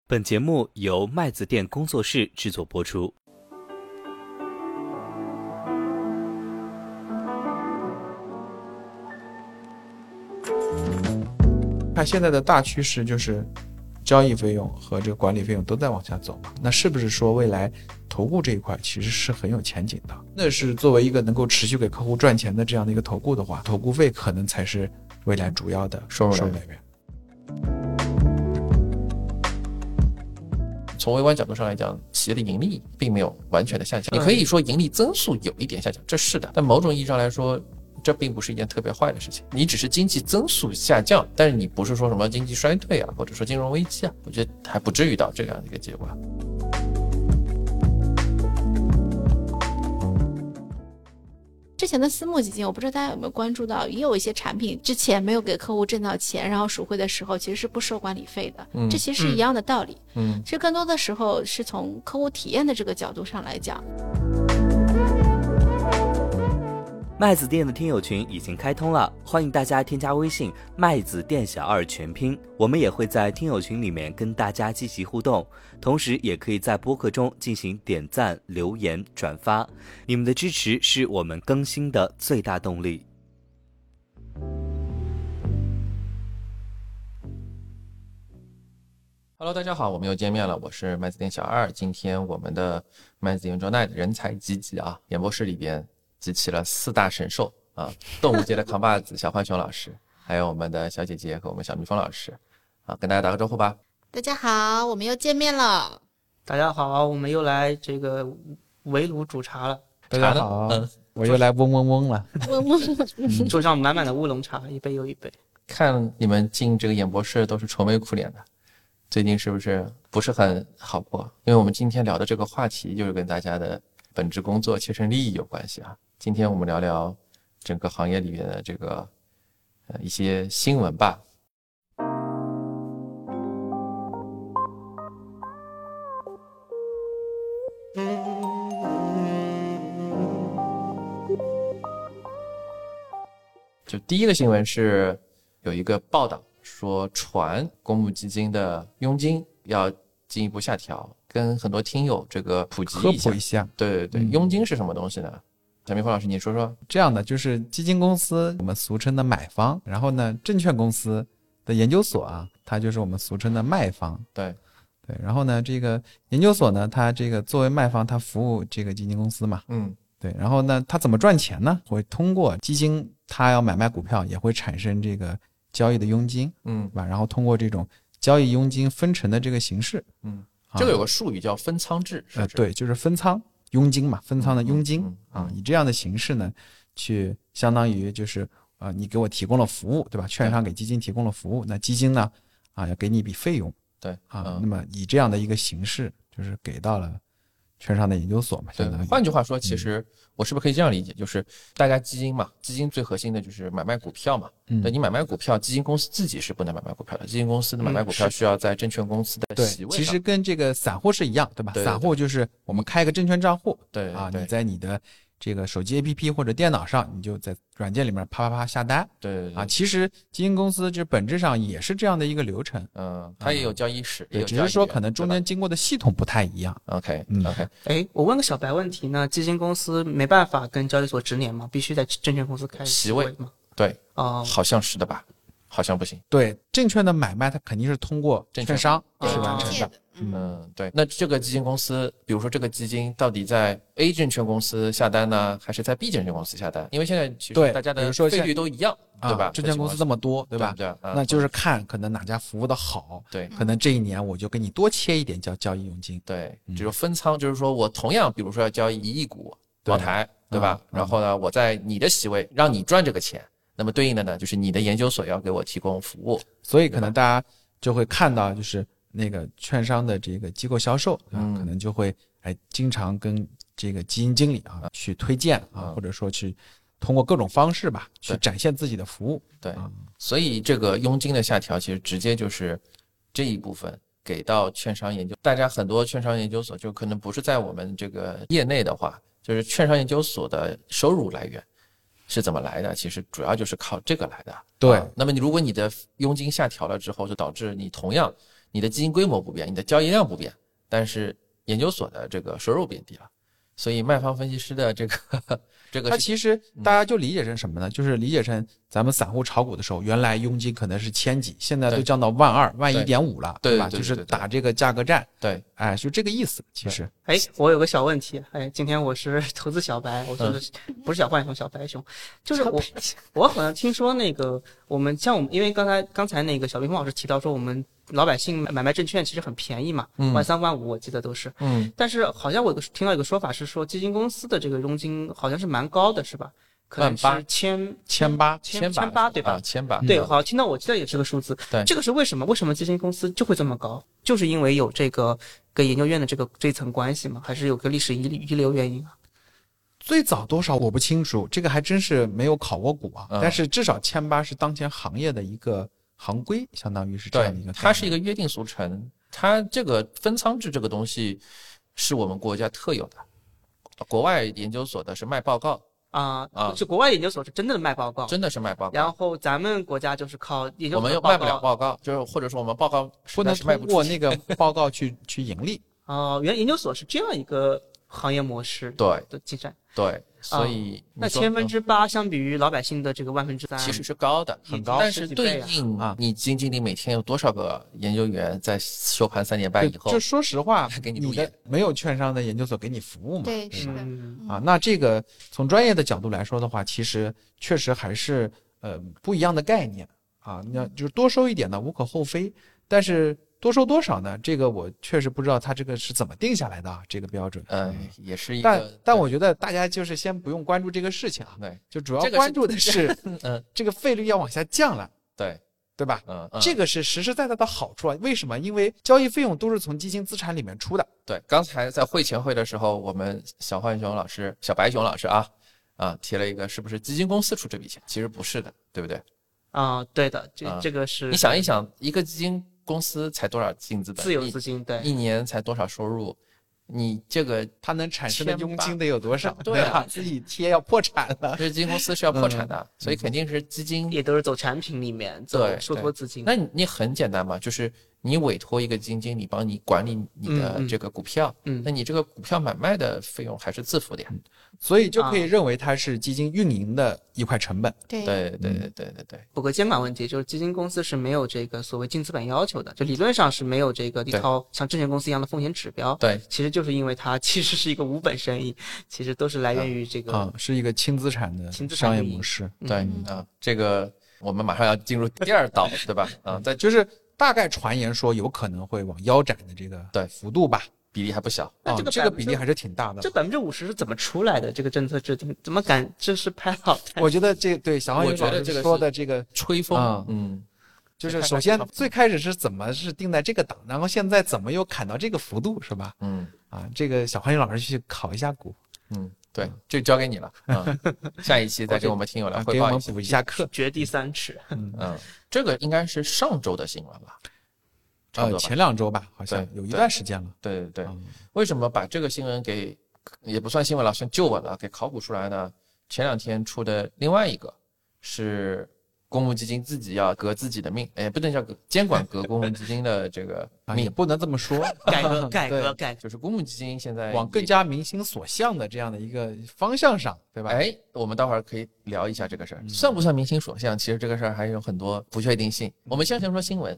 本节目由麦子店工作室制作播出。 看现在的大趋势就是交易费用和这个管理费用都在往下走嘛，那是不是说未来投顾这一块其实是很有前景的？那是作为一个能够持续给客户赚钱的这样的一个投顾的话，投顾费可能才是未来主要的收入来源。 从微观角度上来讲，企业的盈利并没有完全的下降，你可以说盈利增速有一点下降，这是的，但某种意义上来说，这并不是一件特别坏的事情。你只是经济增速下降，但是你不是说什么经济衰退啊，或者说金融危机啊，我觉得还不至于到这样的一个结果。 之前的私募基金，我不知道大家有没有关注到，也有一些产品之前没有给客户挣到钱，然后赎回的时候其实是不收管理费的，这其实是一样的道理。其实更多的时候是从客户体验的这个角度上来讲。 麦子店的听友群已经开通了，欢迎大家添加微信麦子店小二全拼，我们也会在听友群里面跟大家积极互动，同时也可以在播客中进行点赞、留言、转发，你们的支持是我们更新的最大动力。 Hello， 大家好，我们又见面了，我是麦子店小二。今天我们的麦子 Internet 人才济济啊，演播室里边集齐了4大神兽啊，动物界的扛把子小浣熊老师，还有我们的小姐姐和我们小蜜蜂老师啊，跟大家打个招呼吧。 大家好，我们又见面了。 大家好，我们又来这个围炉煮茶了。 大家好，我又来嗡嗡嗡了， 嗡嗡， 桌上满满的乌龙茶，一杯又一杯。 看你们进这个演播室都是愁眉苦脸的，最近是不是很好过？因为我们今天聊的这个话题就是跟大家的本职工作切身利益有关系啊。今天我们聊聊整个行业里面的这个一些新闻吧。就第一个新闻是有一个报道说传公募基金的佣金要进一步下调，跟很多听友这个普及一下。对，佣金是什么东西呢？小蜜蜂老师你说说。 这样的就是基金公司我们俗称的买方，然后呢证券公司的研究所啊，它就是我们俗称的卖方。 对， 然后呢这个研究所呢，它这个作为卖方，它服务这个基金公司嘛。对，然后呢它怎么赚钱呢？会通过基金它要买卖股票也会产生这个交易的佣金，对吧？然后通过这种交易佣金分成的这个形式， 这个有个术语叫分仓制，是不是？ 对，就是分仓佣金嘛，分仓的佣金以这样的形式呢，去相当于就是你给我提供了服务，对吧？券商给基金提供了服务，那基金呢要给你一笔费用， 对那么以这样的一个形式，就是给到了券商的研究所嘛。 对，换句话说，其实我是不是可以这样理解，就是大家基金嘛，基金最核心的就是买卖股票嘛。对，你买卖股票，基金公司自己是不能买卖股票的，基金公司的买卖股票需要在证券公司的席位上。 其实跟这个散户是一样，对吧？散户就是我们开个证券账户， 对， 你在你的这个手机 APP 或者电脑上，你就在软件里面啪啪啪下单。 对， 其实基金公司就本质上也是这样的一个流程。 它也有交易室，也有只是说可能中间经过的系统不太一样。 OK。 我问个小白问题呢，基金公司没办法跟交易所直连吗？必须在证券公司开席位吗？ 对，好像是的吧？好像不行。 对，证券的买卖它肯定是通过券商去完成的。 对。那这个基金公司，比如说这个基金到底在 A 证券公司下单呢，还是在 B 证券公司下单？因为现在其实大家的费率都一样，对吧？ 证券公司这么多，对吧？ 对， 那就是看可能哪家服务的好， 对， 可能这一年我就给你多切一点叫交易佣金。 对，就是分仓，就是说我同样比如说要交易1亿股茅台，对吧？然后呢，我在你的席位让你赚这个钱。那么对应的呢，就是你的研究所要给我提供服务， 所以可能大家就会看到，就是那个券商的这个机构销售，可能就会经常跟这个基金经理去推荐或者说去通过各种方式吧，去展现自己的服务。 对，所以这个佣金的下调，其实直接就是这一部分给到券商研究，大家很多券商研究所就可能不是在我们这个业内的话，就是券商研究所的收入来源。是怎么来的？其实主要就是靠这个来的。 对， 那么如果你的佣金下调了之后，就导致你同样你的基金规模不变，你的交易量不变，但是研究所的这个收入变低了，所以卖方分析师的这个它其实大家就理解成什么呢？就是理解成咱们散户炒股的时候，原来佣金可能是1000几，现在都降到12000、1.5了，对吧？就是打这个价格战。 对， 哎，就这个意思。其实， 我有个小问题，今天我是投资小白，我是不是小浣熊，小白熊，就是我好像听说那个我们因为刚才那个小冰峰老师提到说我们老百姓买卖证券其实很便宜嘛，13000、15000我记得都是，但是好像我听到一个说法是说基金公司的这个佣金好像是蛮高的，是吧？可能是1800对吧 ？1800 对，好像听到我记得也是个数字。 对， 这个是为什么？为什么基金公司就会这么高？就是因为有这个跟研究院的这层关系吗？还是有个历史遗留原因啊？ 最早多少我不清楚，这个还真是没有考过股啊。但是至少1800是当前行业的一个行规，相当于是这样的一个。 它是一个约定俗成，它这个分仓制这个东西是我们国家特有的，国外研究所的是卖报告。 就国外研究所是真正的卖报告， 真的是卖报告。 然后咱们国家就是靠研究所， 我们又卖不了报告，就是或者说我们报告不能通过那个报告去盈利。 原来研究所是这样一个行业模式， 对的进展。 对，所以那8%相比于老百姓的这个3%， 其实是高的， 很高。 但是对应你基金经理每天有多少个研究员在收盘3点半以后， 就说实话， 给你的没有券商的研究所给你服务嘛？ 对，是的。 那这个从专业的角度来说的话，其实确实还是不一样的概念啊。那就是多收一点呢，无可厚非，但是多收多少呢？这个我确实不知道他这个是怎么定下来的这个标准。 也是一个。 但我觉得大家就是先不用关注这个事情啊， 对， 就主要关注的是这个费率要往下降了，对吧？这个是实实在在的好处啊。为什么？因为交易费用都是从基金资产里面出的。 对，刚才在会前会的时候，我们小白熊老师提了一个是不是基金公司出这笔钱？其实不是的，对不对？ 对的，这个是。 你想一想，一个基金公司才多少净资本？ 自有资金，对， 一年才多少收入？你这个它能产生的佣金得有多少？ 对啊， 自己贴要破产了。 这基金公司是要破产的，所以肯定是基金也都是走产品里面走受托资金。 那你很简单嘛，就是你委托一个基金经理帮你管理你的这个股票，那你这个股票买卖的费用还是自付的呀。 所以就可以认为它是基金运营的一块成本。 对。 不过监管问题就是基金公司是没有这个所谓净资本要求的，就理论上是没有这个一套像证券公司一样的风险指标。 对， 其实就是因为它其实是一个无本生意，其实都是来源于这个是一个轻资产的商业模式。 对这个我们马上要进入第二道，对吧？ 就是大概传言说有可能会往腰斩的这个幅度吧。 比例还不小， 这个比例还是挺大的。 这50%是怎么出来的？这个政策制定怎么敢这是拍脑袋？ 我觉得对小黄老师说的这个吹风， 就是首先最开始是怎么是定在这个档，然后现在怎么又砍到这个幅度，是吧？这个小黄老师去考一下股。 对，这交给你了。下一期再给我们听友来汇报给我们补一下课。 掘地3尺。 这个应该是上周的新闻吧？ 前2周吧，好像有一段时间了。 对，为什么把这个新闻给也不算新闻了，算旧闻了，给考古出来呢？前2天出的另外一个是公募基金自己要革自己的命，不能叫监管革公募基金的这个命， 也不能这么说。 改革， 就是公募基金现在往更加民心所向的这样的一个方向上，对吧？ 我们待会儿可以聊一下这个事儿，算不算民心所向？其实这个事儿还有很多不确定性。我们先说新闻。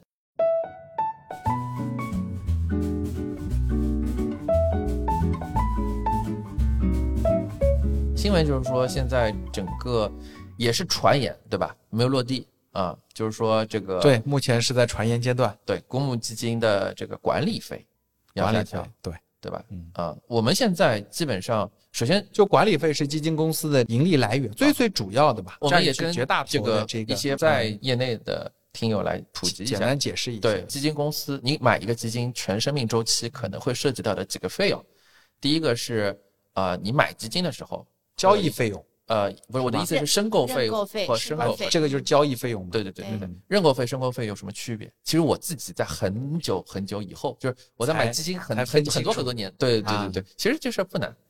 新闻就是说，现在整个也是传言，对吧？没有落地啊，就是说这个对，目前是在传言阶段。 对，公募基金的这个管理费要下调，对吧？我们现在基本上，首先就管理费是基金公司的盈利来源，最主要的吧。 我们也跟绝大这个一些在业内的听友来普及一下， 简单解释一下。 对，基金公司你买一个基金全生命周期可能会涉及到的几个费用，第一个是你买基金的时候。 交易费用， 不是我的意思是申购费和申购费， 这个就是交易费用。 对，认购费、申购费有什么区别？其实我自己在很久以后，就是我在买基金很多年，对，其实这事不难。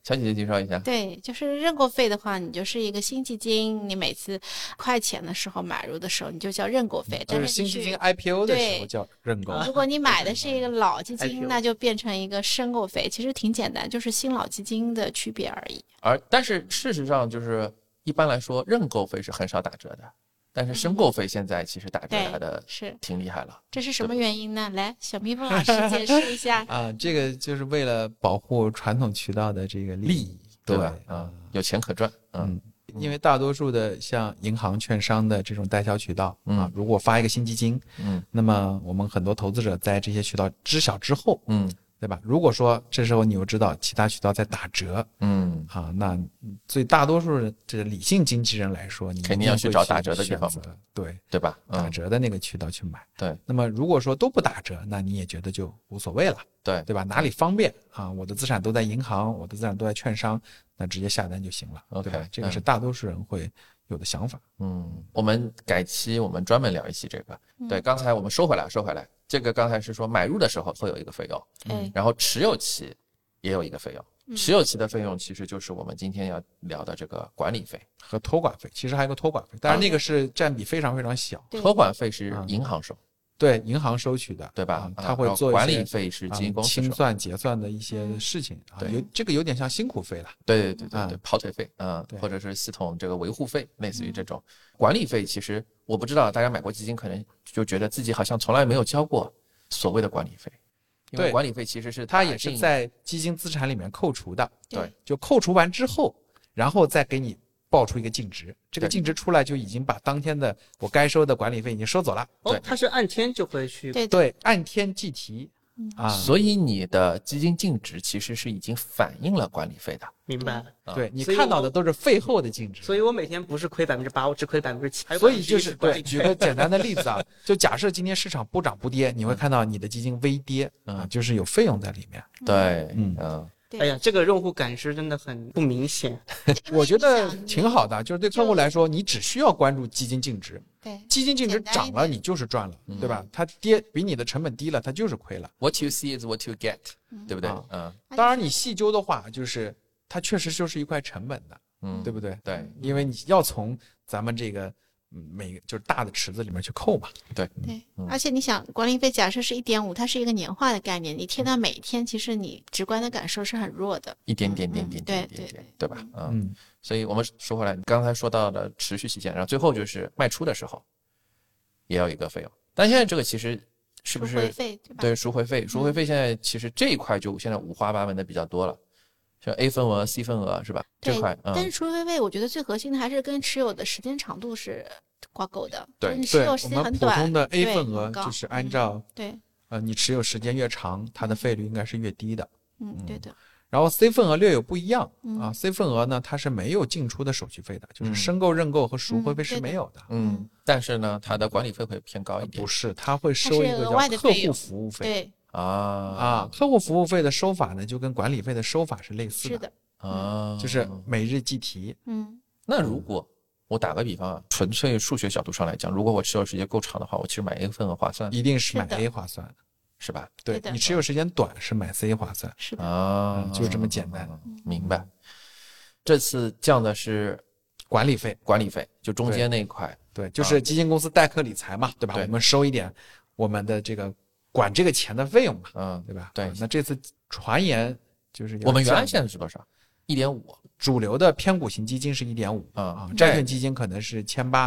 小姐姐介绍一下。 对，就是认购费的话，你就是一个新基金，你每次块钱的时候买入的时候，你就叫认购费。 就是新基金 IPO 的时候叫认购。 如果你买的是一个老基金，那就变成一个申购费。其实挺简单，就是新老基金的区别而已。 但是事实上，就是一般来说，认购费是很少打折的。但是申购费现在其实打折打的是挺厉害了， 这是什么原因呢？来，小蜜蜂老师解释一下啊，这个就是为了保护传统渠道的这个利益， 对吧？有钱可赚， 因为大多数的像银行、券商的这种代销渠道啊，如果发一个新基金，那么我们很多投资者在这些渠道知晓之后，对吧？如果说这时候你又知道其他渠道在打折，那对大多数的这个理性经纪人来说，你肯定要去找打折的地方， 对吧？ 打折的那个渠道去买。 对。 那么如果说都不打折，那你也觉得就无所谓了，对吧？哪里方便啊？我的资产都在银行，我的资产都在券商，那直接下单就行了，对吧？这个是大多数人会有的想法。 我们改期我们专门聊一期这个。对，刚才我们收回来。这个刚才是说买入的时候会有一个费用，然后持有期也有一个费用，持有期的费用其实就是我们今天要聊的这个管理费和托管费，其实还有个托管费，当然那个是占比非常非常小。 托管费是银行收， 对，银行收取的， 对吧？ 他会做管理费是基金公司清算结算的一些事情这个有点像辛苦费了。 对，跑腿费或者是系统这个维护费，类似于这种管理费。其实我不知道大家买过基金，可能就觉得自己好像从来没有交过所谓的管理费，因为管理费其实是它也是在基金资产里面扣除的， 对， 就扣除完之后，然后再给你报出一个净值，这个净值出来就已经把当天的我该收的管理费已经收走了。 对，它是按天就会去， 对，按天计提所以你的基金净值其实是已经反映了管理费的。 明白。 对，你看到的都是费后的净值。 所以我每天不是亏8%，我只亏7%。 所以就是对，举个简单的例子啊，就假设今天市场不涨不跌，你会看到你的基金微跌就是有费用在里面。 对， 哎呀，这个用户感知真的很不明显。 我觉得挺好的，就是对客户来说，你只需要关注基金净值。 对， 基金净值涨了，你就是赚了，对吧？它跌比你的成本低了，它就是亏了。 What you see is what you get，对不对？ 当然你细究的话，就是它确实就是一块成本的，对不对？ 对， 因为你要从咱们这个就是大的池子里面去扣嘛。 对，而且你想，管理费假设是1.5，它是一个年化的概念，你贴到每一天，其实你直观的感受是很弱的， 一点，对吧？所以我们说回来，刚才说到的持续期限，然后最后就是卖出的时候也有一个费用，但现在这个其实是不是对赎回费？赎回费现在其实这一块就现在五花八门的比较多了，像 A 份额、C 份额是吧？这块， 但是赎回费我觉得最核心的还是跟持有的时间长度是挂钩的。 对， 你持有时间很短， 我们普通的 A 份额就是按照对你持有时间越长，它的费率应该是越低的。 对的。 然后 C 份额略有不一样，C 份额呢，它是没有进出的手续费的，就是申购、认购和赎回费是没有的。 但是呢，它的管理费会偏高一点。 不是，它会收一个叫客户服务费。 对客户服务费的收法呢，就跟管理费的收法是类似的。 是的。 就是每日计提。 那如果我打个比方纯粹数学角度上来讲，如果我持有时间够长的话，我其实买 A 份额划算。 一定是买 A 划算。 是吧？ 对，你持有时间短是买 C 划算。 是的。 就是这么简单。 明白。这次降的是管理费， 就中间那一块。 对，就是基金公司代客理财嘛，对吧？我们收一点我们的这个管这个钱的费用嘛，对吧？ 对。 那这次传言就是我们原来现在是多少？1.5。主流的偏股型基金是1.5债券基金可能是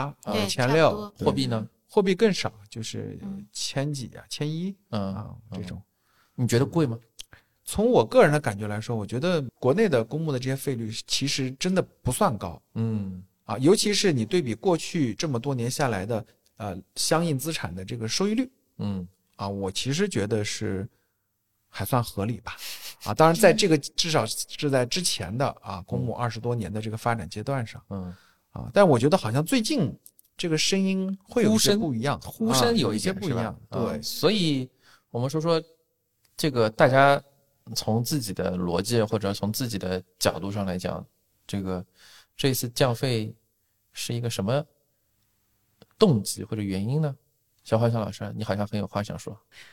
1800、1600。 货币呢？ 货币更少，就是1000几1000这种。 你觉得贵吗？ 从我个人的感觉来说，我觉得国内的公募的这些费率其实真的不算高。尤其是你对比过去这么多年下来的相应资产的这个收益率，我其实觉得是还算合理吧。当然在这个至少是在之前的公募20多年的这个发展阶段上，但我觉得好像最近这个声音会有一些不一样， 呼声有一些不一样。对， 所以我们说这个大家从自己的逻辑或者从自己的角度上来讲，这次降费是一个什么动机或者原因呢？小花小老师，你好像很有话想说。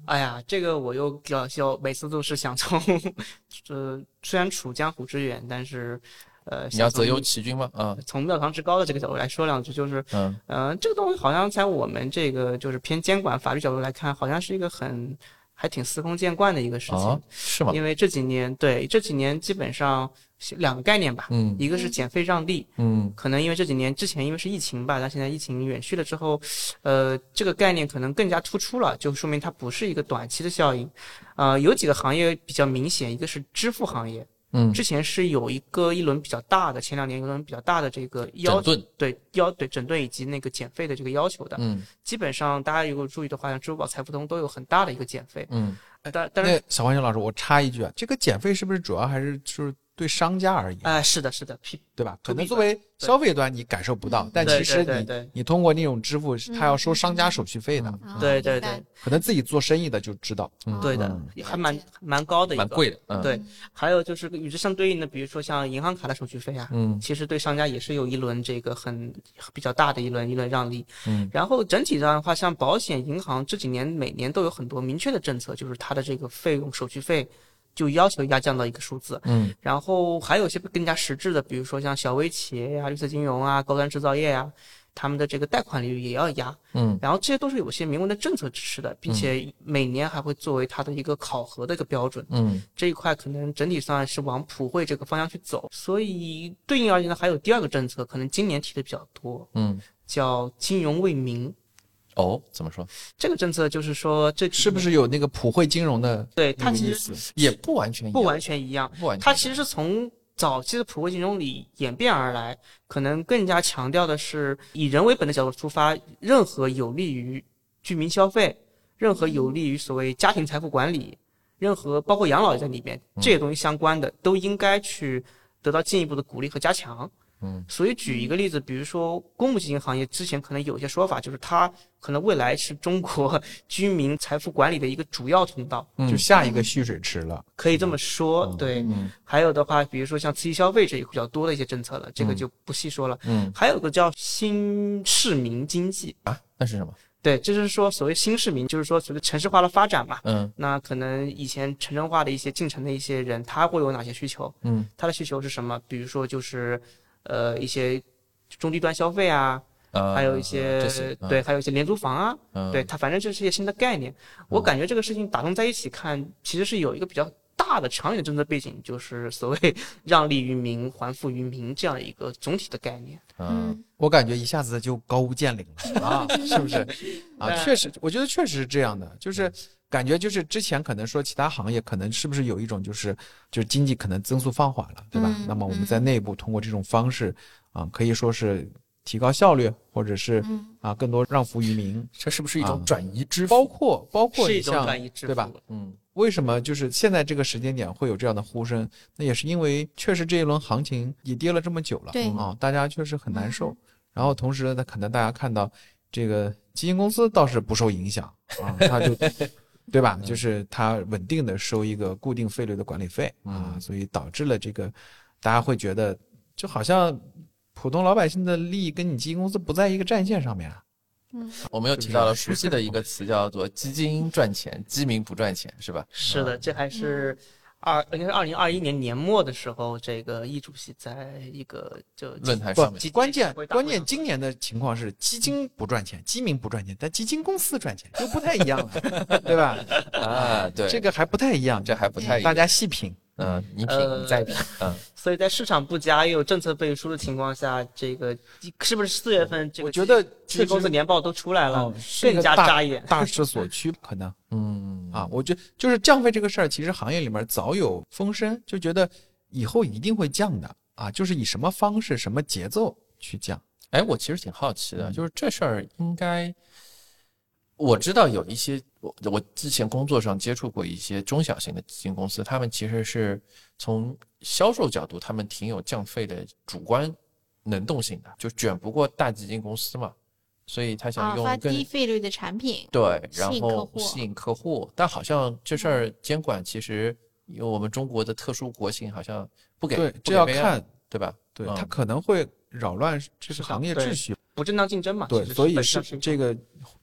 哎呀，这个我又每次都是想从，虽然处江湖之远，但是， 你要择优其君吗？ 从庙堂之高的这个角度来说两句，就是，这个东西好像在我们这个就是偏监管法律角度来看，好像是一个还挺司空见惯的一个事情， 是吗？ 因为这几年基本上2个概念吧，一个是减费让利，可能因为这几年之前因为是疫情吧，但现在疫情远去了之后，这个概念可能更加突出了，就说明它不是一个短期的效应，有几个行业比较明显，一个是支付行业。之前是有一轮比较大的，前2年有一轮比较大的这个整顿， 对整顿以及那个减费的这个要求的，基本上大家如果注意的话，像支付宝、财付通都有很大的一个减费，但是小黄熊老师，我插一句啊，这个减费是不是主要还是就是对商家而言？ 是的， 对吧？可能作为消费端你感受不到，但其实你通过那种支付，他要收商家手续费的。 对， 可能自己做生意的就知道。 对的，还蛮高的， 蛮贵的。 对，还有就是与之相对应的，比如说像银行卡的手续费啊，其实对商家也是有一轮这个比较大的一轮让利。然后整体上的话，像保险、银行这几年每年都有很多明确的政策，就是它的这个费用手续费就要求压降到一个数字，然后还有一些更加实质的，比如说像小微企业呀、绿色金融啊、高端制造业呀，他们的这个贷款利率也要压，然后这些都是有些明文的政策支持的，并且每年还会作为它的一个考核的一个标准，这一块可能整体上是往普惠这个方向去走，所以对应而言呢，还有第2个政策，可能今年提的比较多，叫金融为民。 怎么说？ 这个政策就是说，这是不是有那个普惠金融的？ 对，它其实也不完全一样，它其实是从早期的普惠金融里演变而来，可能更加强调的是以人为本的角度出发，任何有利于居民消费，任何有利于所谓家庭财富管理，任何包括养老也在里面，这些东西相关的都应该去得到进一步的鼓励和加强。所以举一个例子，比如说公募基金行业之前可能有一些说法，就是它可能未来是中国居民财富管理的一个主要通道， 就下一个蓄水池了， 可以这么说。对，还有的话，比如说像刺激消费这一比较多的一些政策了，这个就不细说了。还有个叫新市民经济啊，那是什么？ 对，就是说所谓新市民，就是说随着城市化的发展嘛，那可能以前城镇化的一些进城的一些人，他会有哪些需求？他的需求是什么？比如说就是一些中低端消费啊，还有一些还有一些廉租房啊，对，它反正就是一些新的概念。我感觉这个事情打通在一起看，其实是有一个比较大的长远的政策背景，就是所谓让利于民、还富于民这样一个总体的概念。 我感觉一下子就高屋建瓴了啊，是不是？确实，我觉得确实是这样的，就是感觉就是之前可能说其他行业可能是不是有一种就是经济可能增速放缓了，对吧？那么我们在内部通过这种方式可以说是提高效率，或者是更多让福于民， 这是不是一种转移支付？ 包括是一种转移支付， 对吧？为什么就是现在这个时间点会有这样的呼声？那也是因为确实这一轮行情也跌了这么久了，大家确实很难受。然后同时呢，可能大家看到这个基金公司倒是不受影响它就对吧？就是它稳定的收一个固定费率的管理费所以导致了这个大家会觉得就好像普通老百姓的利益跟你基金公司不在一个战线上面我们又提到了熟悉的一个词，叫做基金赚钱，基民不赚钱，是吧？ 是的，这还是应该是2021年年末的时候，这个易主席在一个就论坛上面， 关键今年的情况是基金不赚钱，基民不赚钱，但基金公司赚钱，就不太一样了，对吧？ 对， 这个还不太一样， 这还不太一样， 大家细品。 你品你再品所以在市场不佳又有政策背书的情况下，这个是不是4月份这个我觉得基金公司年报都出来了，更加扎眼， 大势所趋可能。我觉得就是降费这个事儿，其实行业里面早有风声，就觉得以后一定会降的就是以什么方式、什么节奏去降。 我其实挺好奇的，就是这事儿应该。我知道有一些我之前工作上接触过一些中小型的基金公司，他们其实是从销售角度，他们挺有降费的主观能动性的，就卷不过大基金公司嘛，所以他想用发低费率的产品， 对，然后吸引客户。但好像这事儿监管其实因为我们中国的特殊国情，好像不给， 对，这要看， 对吧？ 对，它可能会扰乱这个行业秩序， 不正当竞争嘛。 对，所以是这个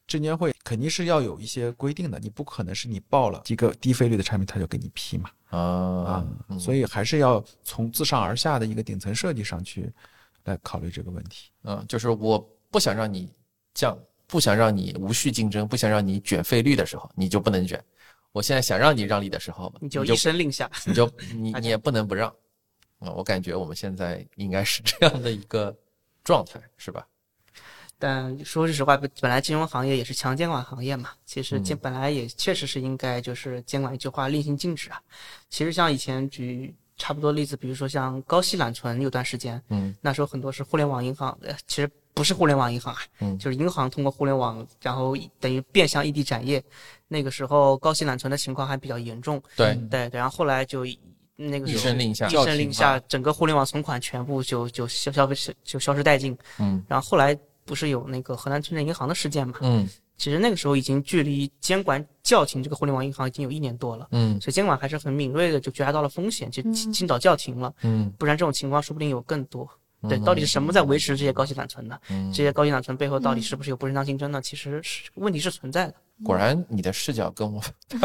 证监会肯定是要有一些规定的，你不可能是你报了一个低费率的产品他就给你批嘛。所以还是要从自上而下的一个顶层设计上去来考虑这个问题。 就是我不想让你降，不想让你无序竞争，不想让你卷费率的时候，你就不能卷。我现在想让你让利的时候， 你就一声令下， 你也不能不让。我感觉我们现在应该是这样的一个状态，是吧？ 但说实话，本来金融行业也是强监管行业嘛，其实本来也确实是应该就是监管一句话，令行禁止啊。其实像以前举差不多例子，比如说像高息揽存有段时间，那时候很多是互联网银行，其实不是互联网银行啊，就是银行通过互联网，然后等于变相异地展业。那个时候高息揽存的情况还比较严重，对，然后后来就那个时候一声令下，整个互联网存款全部就消失殆尽。然后后来不是有那个河南村镇银行的事件嘛？其实那个时候已经距离监管叫停这个互联网银行已经有1年多了。所以监管还是很敏锐的，就觉察到了风险，就尽早叫停了。不然这种情况说不定有更多。对，到底是什么在维持这些高息揽存的？这些高息揽存背后到底是不是有不正当竞争呢？其实问题是存在的。 果然你的视角跟我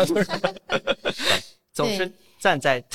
总是站在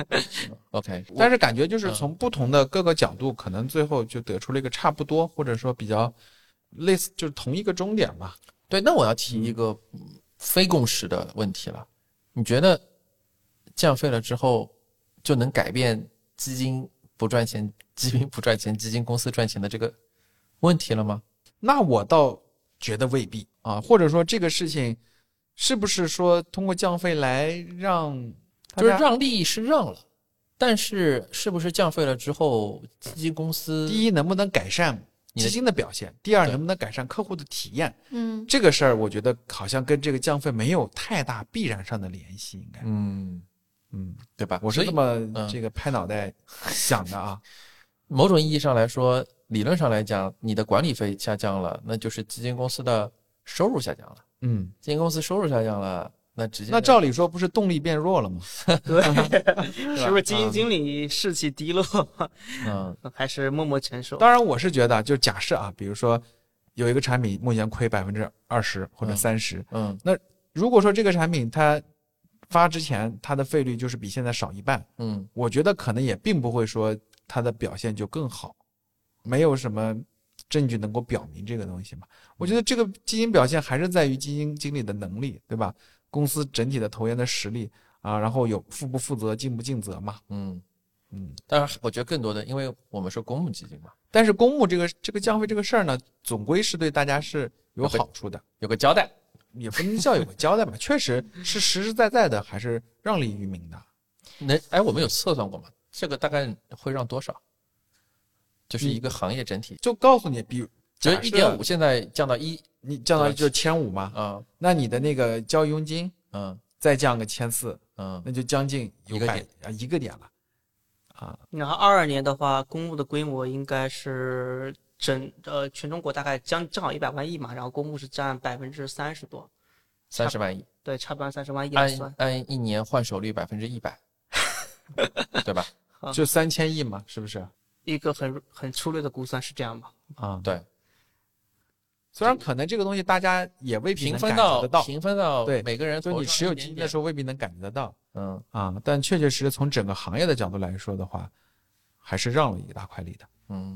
OK， 但是感觉就是从不同的各个角度，可能最后就得出了一个差不多，或者说比较类似，就是同一个终点吧。 对，那我要提一个非共识的问题了。你觉得降费了之后就能改变基金不赚钱、基金不赚钱、基金公司赚钱的这个问题了吗？ 那我倒觉得未必啊，或者说这个事情是不是说通过降费来让就是让利益是让了，但是是不是降费了之后基金公司第一能不能改善基金的表现，第二能不能改善客户的体验，这个事儿我觉得好像跟这个降费没有太大必然上的联系，应该对吧？ 我是这么这个拍脑袋想的啊。 某种意义上来说，理论上来讲，你的管理费下降了，那就是基金公司的收入下降了。基金公司收入下降了，那照理说不是动力变弱了吗？ 对，是不是基金经理士气低落？还是默默承受？ 当然，我是觉得，就假设啊，比如说有一个产品目前亏20%或者30%，那如果说这个产品它发之前它的费率就是比现在少1半，我觉得可能也并不会说它的表现就更好，没有什么证据能够表明这个东西嘛。我觉得这个基金表现还是在于基金经理的能力，对吧？公司整体的投研的实力啊，然后有负不负责、尽不尽责嘛。 当然，我觉得更多的，因为我们是公募基金嘛， 但是公募这个降费这个事儿呢，总归是对大家是有好处的， 有个交代， 也不能叫有个交代吧，确实是实实在在的，还是让利于民的。 我们有测算过吗？这个大概会让多少？就是一个行业整体， 就告诉你，比如就是1.5，现在降到1， 你降到就1500嘛，那你的那个交易佣金，再降个1400，那就将近一个点了， 然后22年的话，公募的规模应该是全中国大概正好100万亿嘛，然后公募是占30%多 ，30万亿， 对，差不多30万亿来算， 按一年换手率100%，对吧？ 就3000亿嘛，是不是？ 一个很粗略的估算是这样吧？ 对。 虽然可能这个东西大家也未必能感觉得到， 平分到对每个人， 所以你持有基金的时候未必能感觉得到，但确确实实从整个行业的角度来说的话，还是让了一大块利的。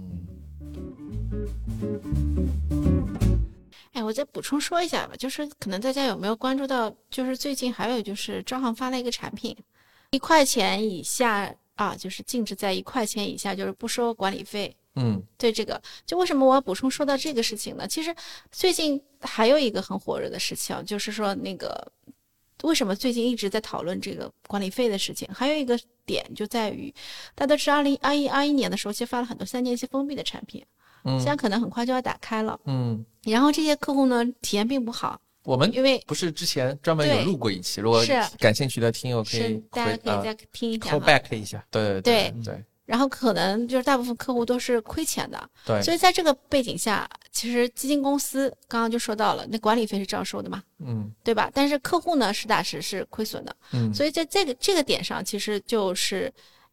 我再补充说一下吧，就是可能大家有没有关注到，就是最近还有就是招行发了一个产品，1块钱以下就是禁止在1块钱以下，就是不收管理费。对，这个就为什么我要补充说到这个事情呢？其实最近还有一个很火热的事情，就是说那个为什么最近一直在讨论这个管理费的事情，还有一个点就在于大家都知道2021年的时候其实发了很多3年期封闭的产品，现在可能很快就要打开了，然后这些客户呢体验并不好。 我们因为不是之前专门有录过一期，如果感兴趣的听友可以大家可以再听一下 call back 一下。 对， 然后可能就是大部分客户都是亏钱的， 对， 所以在这个背景下，其实基金公司刚刚就说到了，那管理费是照收的嘛，对吧？但是客户呢，实打实是亏损的，所以在这个点上，其实就是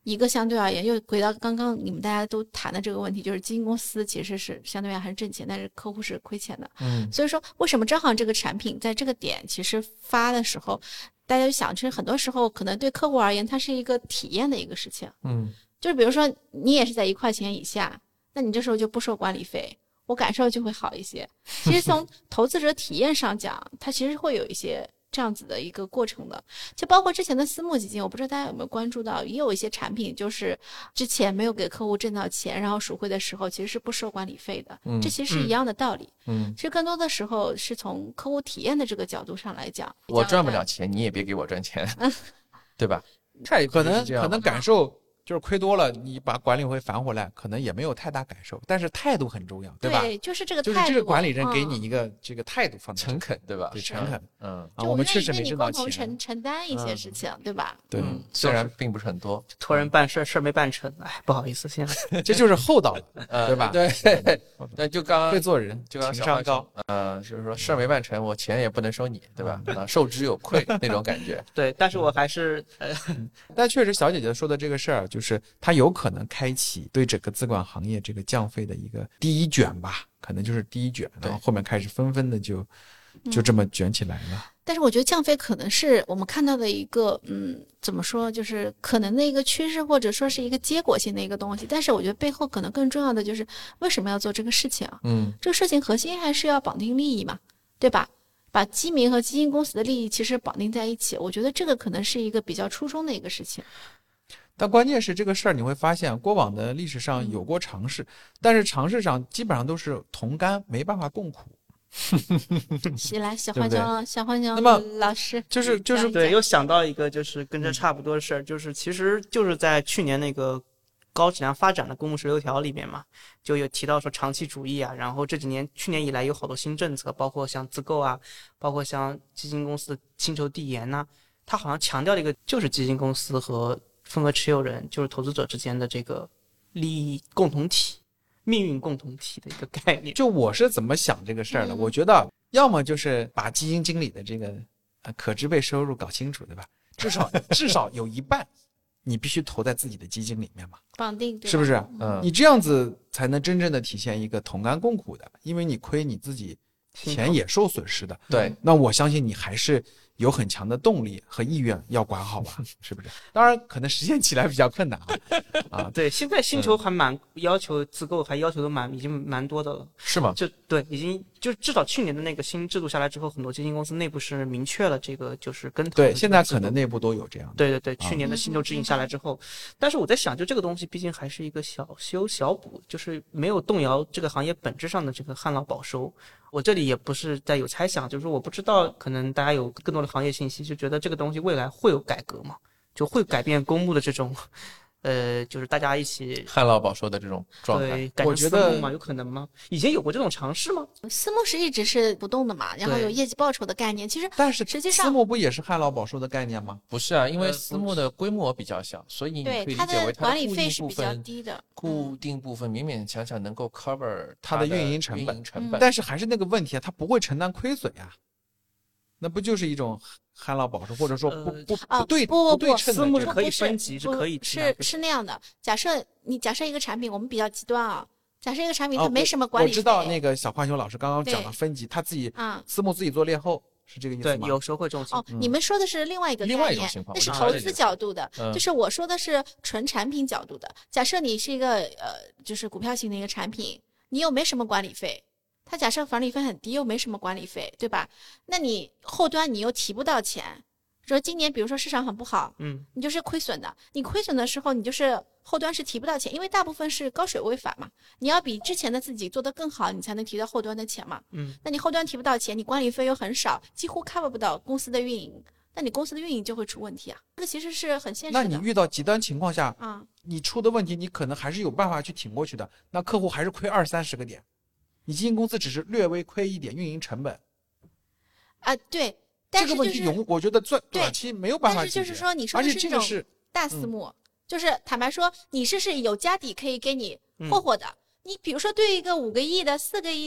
一个相对而言，又回到刚刚你们大家都谈的这个问题，就是基金公司其实是相对而言还是挣钱，但是客户是亏钱的。所以说为什么正好这个产品在这个点其实发的时候，大家就想，其实很多时候可能对客户而言，它是一个体验的一个事情。就是比如说你也是在1块钱以下，那你这时候就不收管理费，我感受就会好一些。其实从投资者体验上讲，它其实会有一些这样子的一个过程的，就包括之前的私募基金，我不知道大家有没有关注到，也有一些产品就是之前没有给客户挣到钱，然后赎回的时候其实是不收管理费的，这其实是一样的道理。其实更多的时候是从客户体验的这个角度上来讲， 我赚不了钱，你也别给我赚钱，对吧？ 可能感受就是亏多了，你把管理费返回来，可能也没有太大感受，但是态度很重要，对吧？ 对，就是这个态度， 就是这个管理人给你一个这个态度放在诚恳，对吧？ 对，诚恳。 我们确实没挣到钱， 共同承担一些事情，对吧？ 对， 虽然并不是很多， 托人办事没办成，哎，不好意思，现在这就是厚道了，对吧？ 对，那就刚会做人， 就刚情商高， 就是说事儿没办成，我钱也不能收你，对吧？受之有愧那种感觉。 对，但是我还是但确实小姐姐说的这个事儿，就是它有可能开启对整个资管行业这个降费的一个第一卷吧，可能就是第一卷，然后后面开始纷纷的就这么卷起来了。 但是我觉得降费可能是我们看到的一个怎么说，就是可能的一个趋势，或者说是一个结果性的一个东西。但是我觉得背后可能更重要的就是为什么要做这个事情啊？这个事情核心还是要绑定利益嘛，对吧？把基民和基金公司的利益其实绑定在一起，我觉得这个可能是一个比较初衷的一个事情。 但关键是这个事儿你会发现，过往的历史上有过尝试，但是尝试上基本上都是同甘，没办法共苦。 小黄椒， 那么老师就是对，又想到一个就是跟这差不多的事儿，就是其实就是在去年那个高质量发展的公募16条里面嘛，就有提到说长期主义啊，然后这几年去年以来有好多新政策，包括像自购啊，包括像基金公司的薪酬递延呐，它好像强调了一个就是基金公司和份额持有人，就是投资者之间的这个利益共同体、命运共同体的一个概念。 就我是怎么想这个事儿的？我觉得要么就是把基金经理的这个可支配收入搞清楚，对吧？至少有一半你必须投在自己的基金里面嘛， 绑定， 是不是？你这样子才能真正的体现一个同甘共苦的，因为你亏你自己钱也受损失的。 对， 那我相信你还是有很强的动力和意愿要管好吧，是不是？当然可能实现起来比较困难啊。 对，现在薪酬还蛮要求自购，还要求的已经蛮多的了。 是吗？ 就对，已经就至少去年的那个新制度下来之后，很多基金公司内部是明确了这个就是跟投。 对，现在可能内部都有这样的。 对对对，去年的薪酬指引下来之后，但是我在想，就这个东西毕竟还是一个小修小补，就是没有动摇这个行业本质上的这个旱涝保收。我这里也不是在有猜想，就是我不知道，可能大家有更多的行业信息，就觉得这个东西未来会有改革吗？就会改变公募的这种，就是大家一起旱涝保收的这种状态。 对，改成私募吗？有可能吗？以前有过这种尝试吗？ 私募是一直是不动的嘛，然后有业绩报酬的概念。其实， 但是实际上私募不也是旱涝保收的概念吗？ 不是啊，因为私募的规模比较小，所以你可以理解为它管理费是比较低的， 固定部分勉勉强强能够 cover 它的运营成本。但是还是那个问题啊，它不会承担亏损呀。那不就是一种旱涝保收，或者说不对称的？ 私募是可以分级，是可以是那样的。假设一个产品，我们比较极端啊。假设一个产品它没什么管理费， 我知道那个小浣熊老师刚刚讲的分级，他自己私募自己做劣后，是这个意思吗？ 对，有时候会这种情况。 你们说的是另外一个概念，那是投资角度的，就是我说的是纯产品角度的。假设你是一个就是股票型的一个产品，你又没什么管理费。它假设管理费很低，又没什么管理费，对吧？那你后端你又提不到钱，说今年比如说市场很不好，你就是亏损的。你亏损的时候，你就是后端是提不到钱，因为大部分是高水位法嘛。你要比之前的自己做得更好，你才能提到后端的钱嘛。那你后端提不到钱，你管理费又很少，几乎 cover 不到公司的运营，那你公司的运营就会出问题啊。这个其实是很现实的。 那你遇到极端情况下，你出的问题，你可能还是有办法去挺过去的。那客户还是亏20-30个点。你基金公司只是略微亏一点运营成本， 对，但是这个问题我觉得短期没有办法解决。 但是就是说，你说的是这种大私募，就是坦白说，你是有家底可以给你霍霍的。你比如说对一个5个亿的、4个亿的，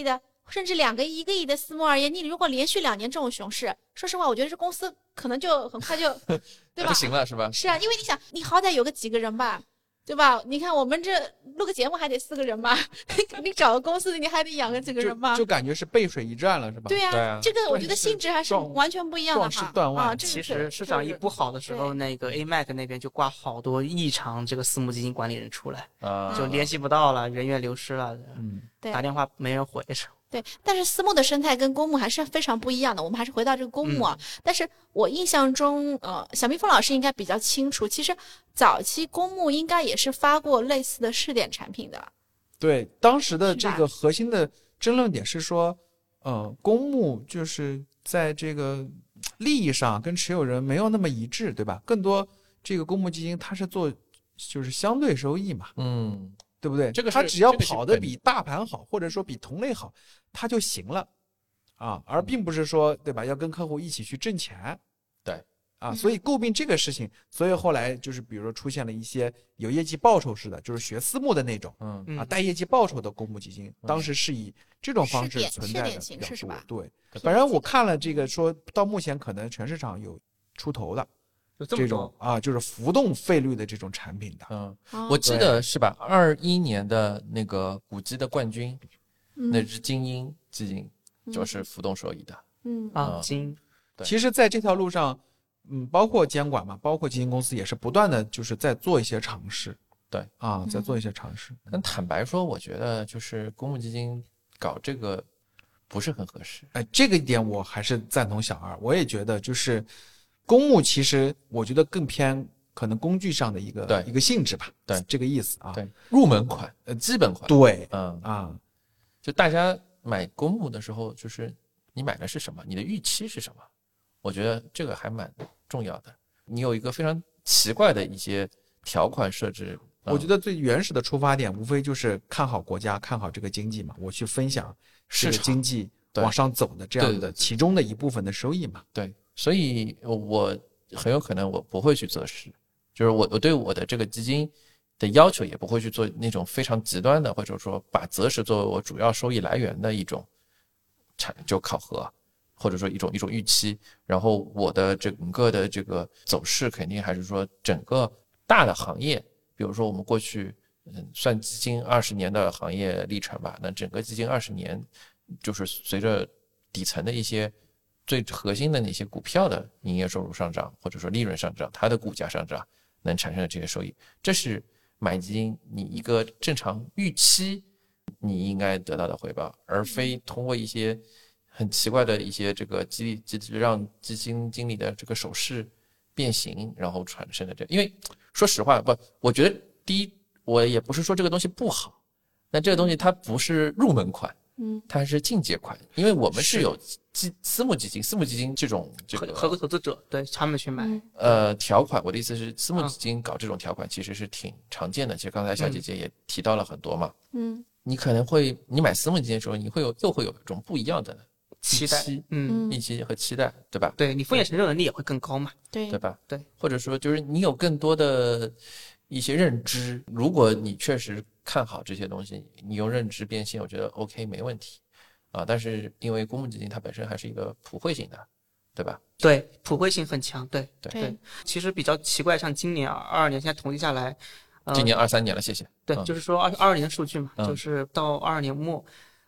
甚至2个亿、1个亿的私募而言，你如果连续2年这种熊市，说实话，我觉得这公司可能就很快就，对吧？ 不行了是吧？ 是啊，因为你想，你好歹有个几个人吧，对吧？你看我们这录个节目还得4个人吧，你找个公司你还得养个几个人吧？ 就感觉是背水一战了，是吧？ 对呀、 对啊这个我觉得性质还是完全不一样的壮士断腕啊。这个其实市场一不好的时候，那个 AMAC 那边就挂好多异常这个私募基金管理人出来，就联系不到了，人员流失了， 对， 打电话没人回是。 对，但是私募的生态跟公募还是非常不一样的。我们还是回到这个公募啊，但是我印象中，小蜜蜂老师应该比较清楚，其实早期公募应该也是发过类似的试点产品的。 对，当时的这个核心的争论点是说，公募就是在这个利益上跟持有人没有那么一致，对吧？更多这个公募基金它是做就是相对收益嘛，对不对？ 这个它只要跑得比大盘好，或者说比同类好，它就行了啊，而并不是说对吧？要跟客户一起去挣钱。 对啊，所以诟病这个事情，所以后来就是比如说出现了一些有业绩报酬式的，就是学私募的那种，带业绩报酬的公募基金，当时是以这种方式存在的比较多。对，反正我看了这个，说到目前可能全市场有出头的这种啊，就是浮动费率的这种产品的。 我记得是吧？21年的那个股基的冠军，那只精英基金就是浮动收益的。 精英。 其实，在这条路上，包括监管嘛，包括基金公司也是不断的就是在做一些尝试。 对啊，在做一些尝试。 但坦白说，我觉得就是公募基金搞这个不是很合适。 这个一点我还是赞同小二，我也觉得就是公募其实我觉得更偏可能工具上的一个性质吧。 对， 这个意思啊。 对，入门款，基本款。 对， 就大家买公募的时候，就是你买的是什么，你的预期是什么？我觉得这个还蛮重要的。你有一个非常奇怪的一些条款设置， 我觉得最原始的出发点无非就是看好国家，看好这个经济嘛，我去分享这个经济往上走的这样的其中的一部分的收益嘛。 对，所以我很有可能我不会去择时，就是我对我的这个基金的要求也不会去做那种非常极端的，或者说把择时作为我主要收益来源的一种就考核。或者说一种预期，然后我的整个的这个走势肯定还是说整个大的行业，比如说我们过去算基金20年的行业历程吧，那整个基金20年就是随着底层的一些最核心的那些股票的营业收入上涨，或者说利润上涨，它的股价上涨能产生的这些收益，这是买基金你一个正常预期你应该得到的回报，而非通过一些很奇怪的一些这个激励让基金经理的这个手势变形，然后产生的因为说实话我觉得第一，我也不是说这个东西不好，但这个东西它不是入门款，它是进阶款，因为我们是有私募基金这种合规投资者对他们去买条款，我的意思是私募基金搞这种条款其实是挺常见的，其实刚才小姐姐也提到了很多嘛，你可能会你买私募基金的时候，你又会有一种不一样的期待， 预期和期待，对吧？ 对，你风险承受能力也会更高嘛， 对吧？ 对， 或者说就是你有更多的一些认知，如果你确实看好这些东西，你用认知变现，我觉得 OK 没问题啊。但是因为公募基金它本身还是一个普惠型的，对吧？ 对，普惠性很强，对。其实比较奇怪，像今年22年现在统计下来， 今年23年了，谢谢。 对，就是说22年的数据嘛，就是到22年末，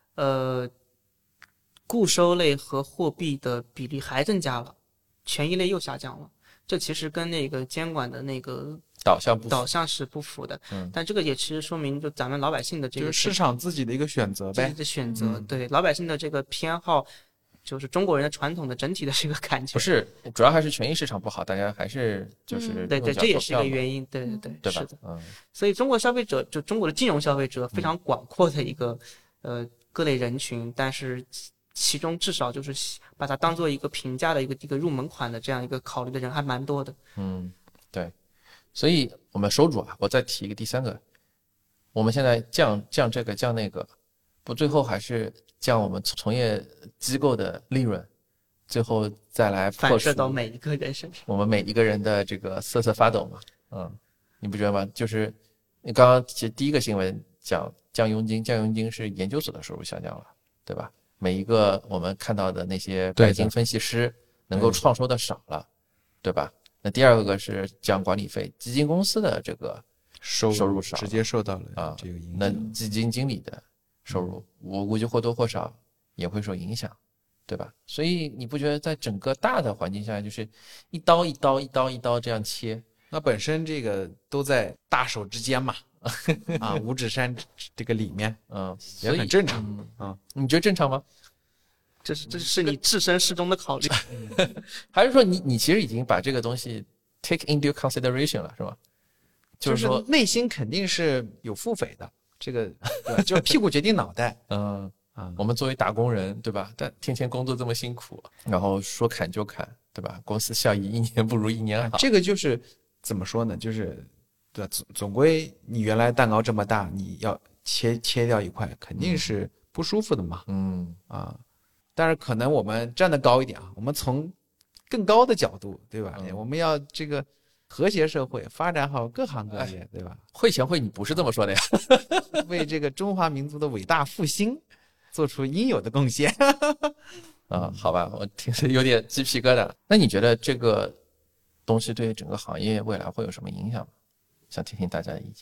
固收类和货币的比例还增加了，权益类又下降了。这其实跟那个监管的那个导向是不符的。但这个也其实说明，就咱们老百姓的这个就是市场自己的一个选择呗， 自己的选择，对老百姓的这个偏好，就是中国人的传统的整体的这个感觉。 不是，主要还是权益市场不好，大家还是就是对，这也是一个原因，对， 对吧？ 是的，所以中国消费者就中国的金融消费者非常广阔的一个各类人群，但是其中至少就是把它当做一个平价的一个入门款的这样一个考虑的人还蛮多的。 对，所以我们收住啊，我再提一个第三个，我们现在降这个降那个，不最后还是降我们从业机构的利润，最后再来反射到每一个人身上， 我们每一个人的这个瑟瑟发抖嘛。你不觉得吗？就是你刚刚其实第一个新闻讲降佣金是研究所的收入下降了，对吧？ 每一个我们看到的那些白金分析师能够创收的少了，对吧？那第二个是降管理费，基金公司的这个收入少， 直接受到了这个影响。 那基金经理的收入，我估计或多或少也会受影响，对吧？所以你不觉得在整个大的环境下，就是一刀一刀一刀一刀这样切？ 那本身这个都在大手之间嘛，五指山这个里面，也很正常。 你觉得正常吗？ 这是你置身事中的考虑， 还是说你其实已经把这个东西 take into consideration 了，是吧？ 就是说内心肯定是有腹诽的，这个对吧？就是屁股决定脑袋。 我们作为打工人，对吧？但天天工作这么辛苦，然后说砍就砍，对吧？公司效益一年不如一年好。 这个就是怎么说呢？就是对吧？总归你原来蛋糕这么大，你要切掉一块，肯定是不舒服的嘛。但是可能我们站得高一点啊，我们从更高的角度，对吧？我们要这个和谐社会，发展好各行各业，对吧？ 会前会你不是这么说的呀？ 为这个中华民族的伟大复兴做出应有的贡献。 好吧，我听着有点鸡皮疙瘩。那你觉得这个东西对整个行业未来会有什么影响吗？想听听大家的意见。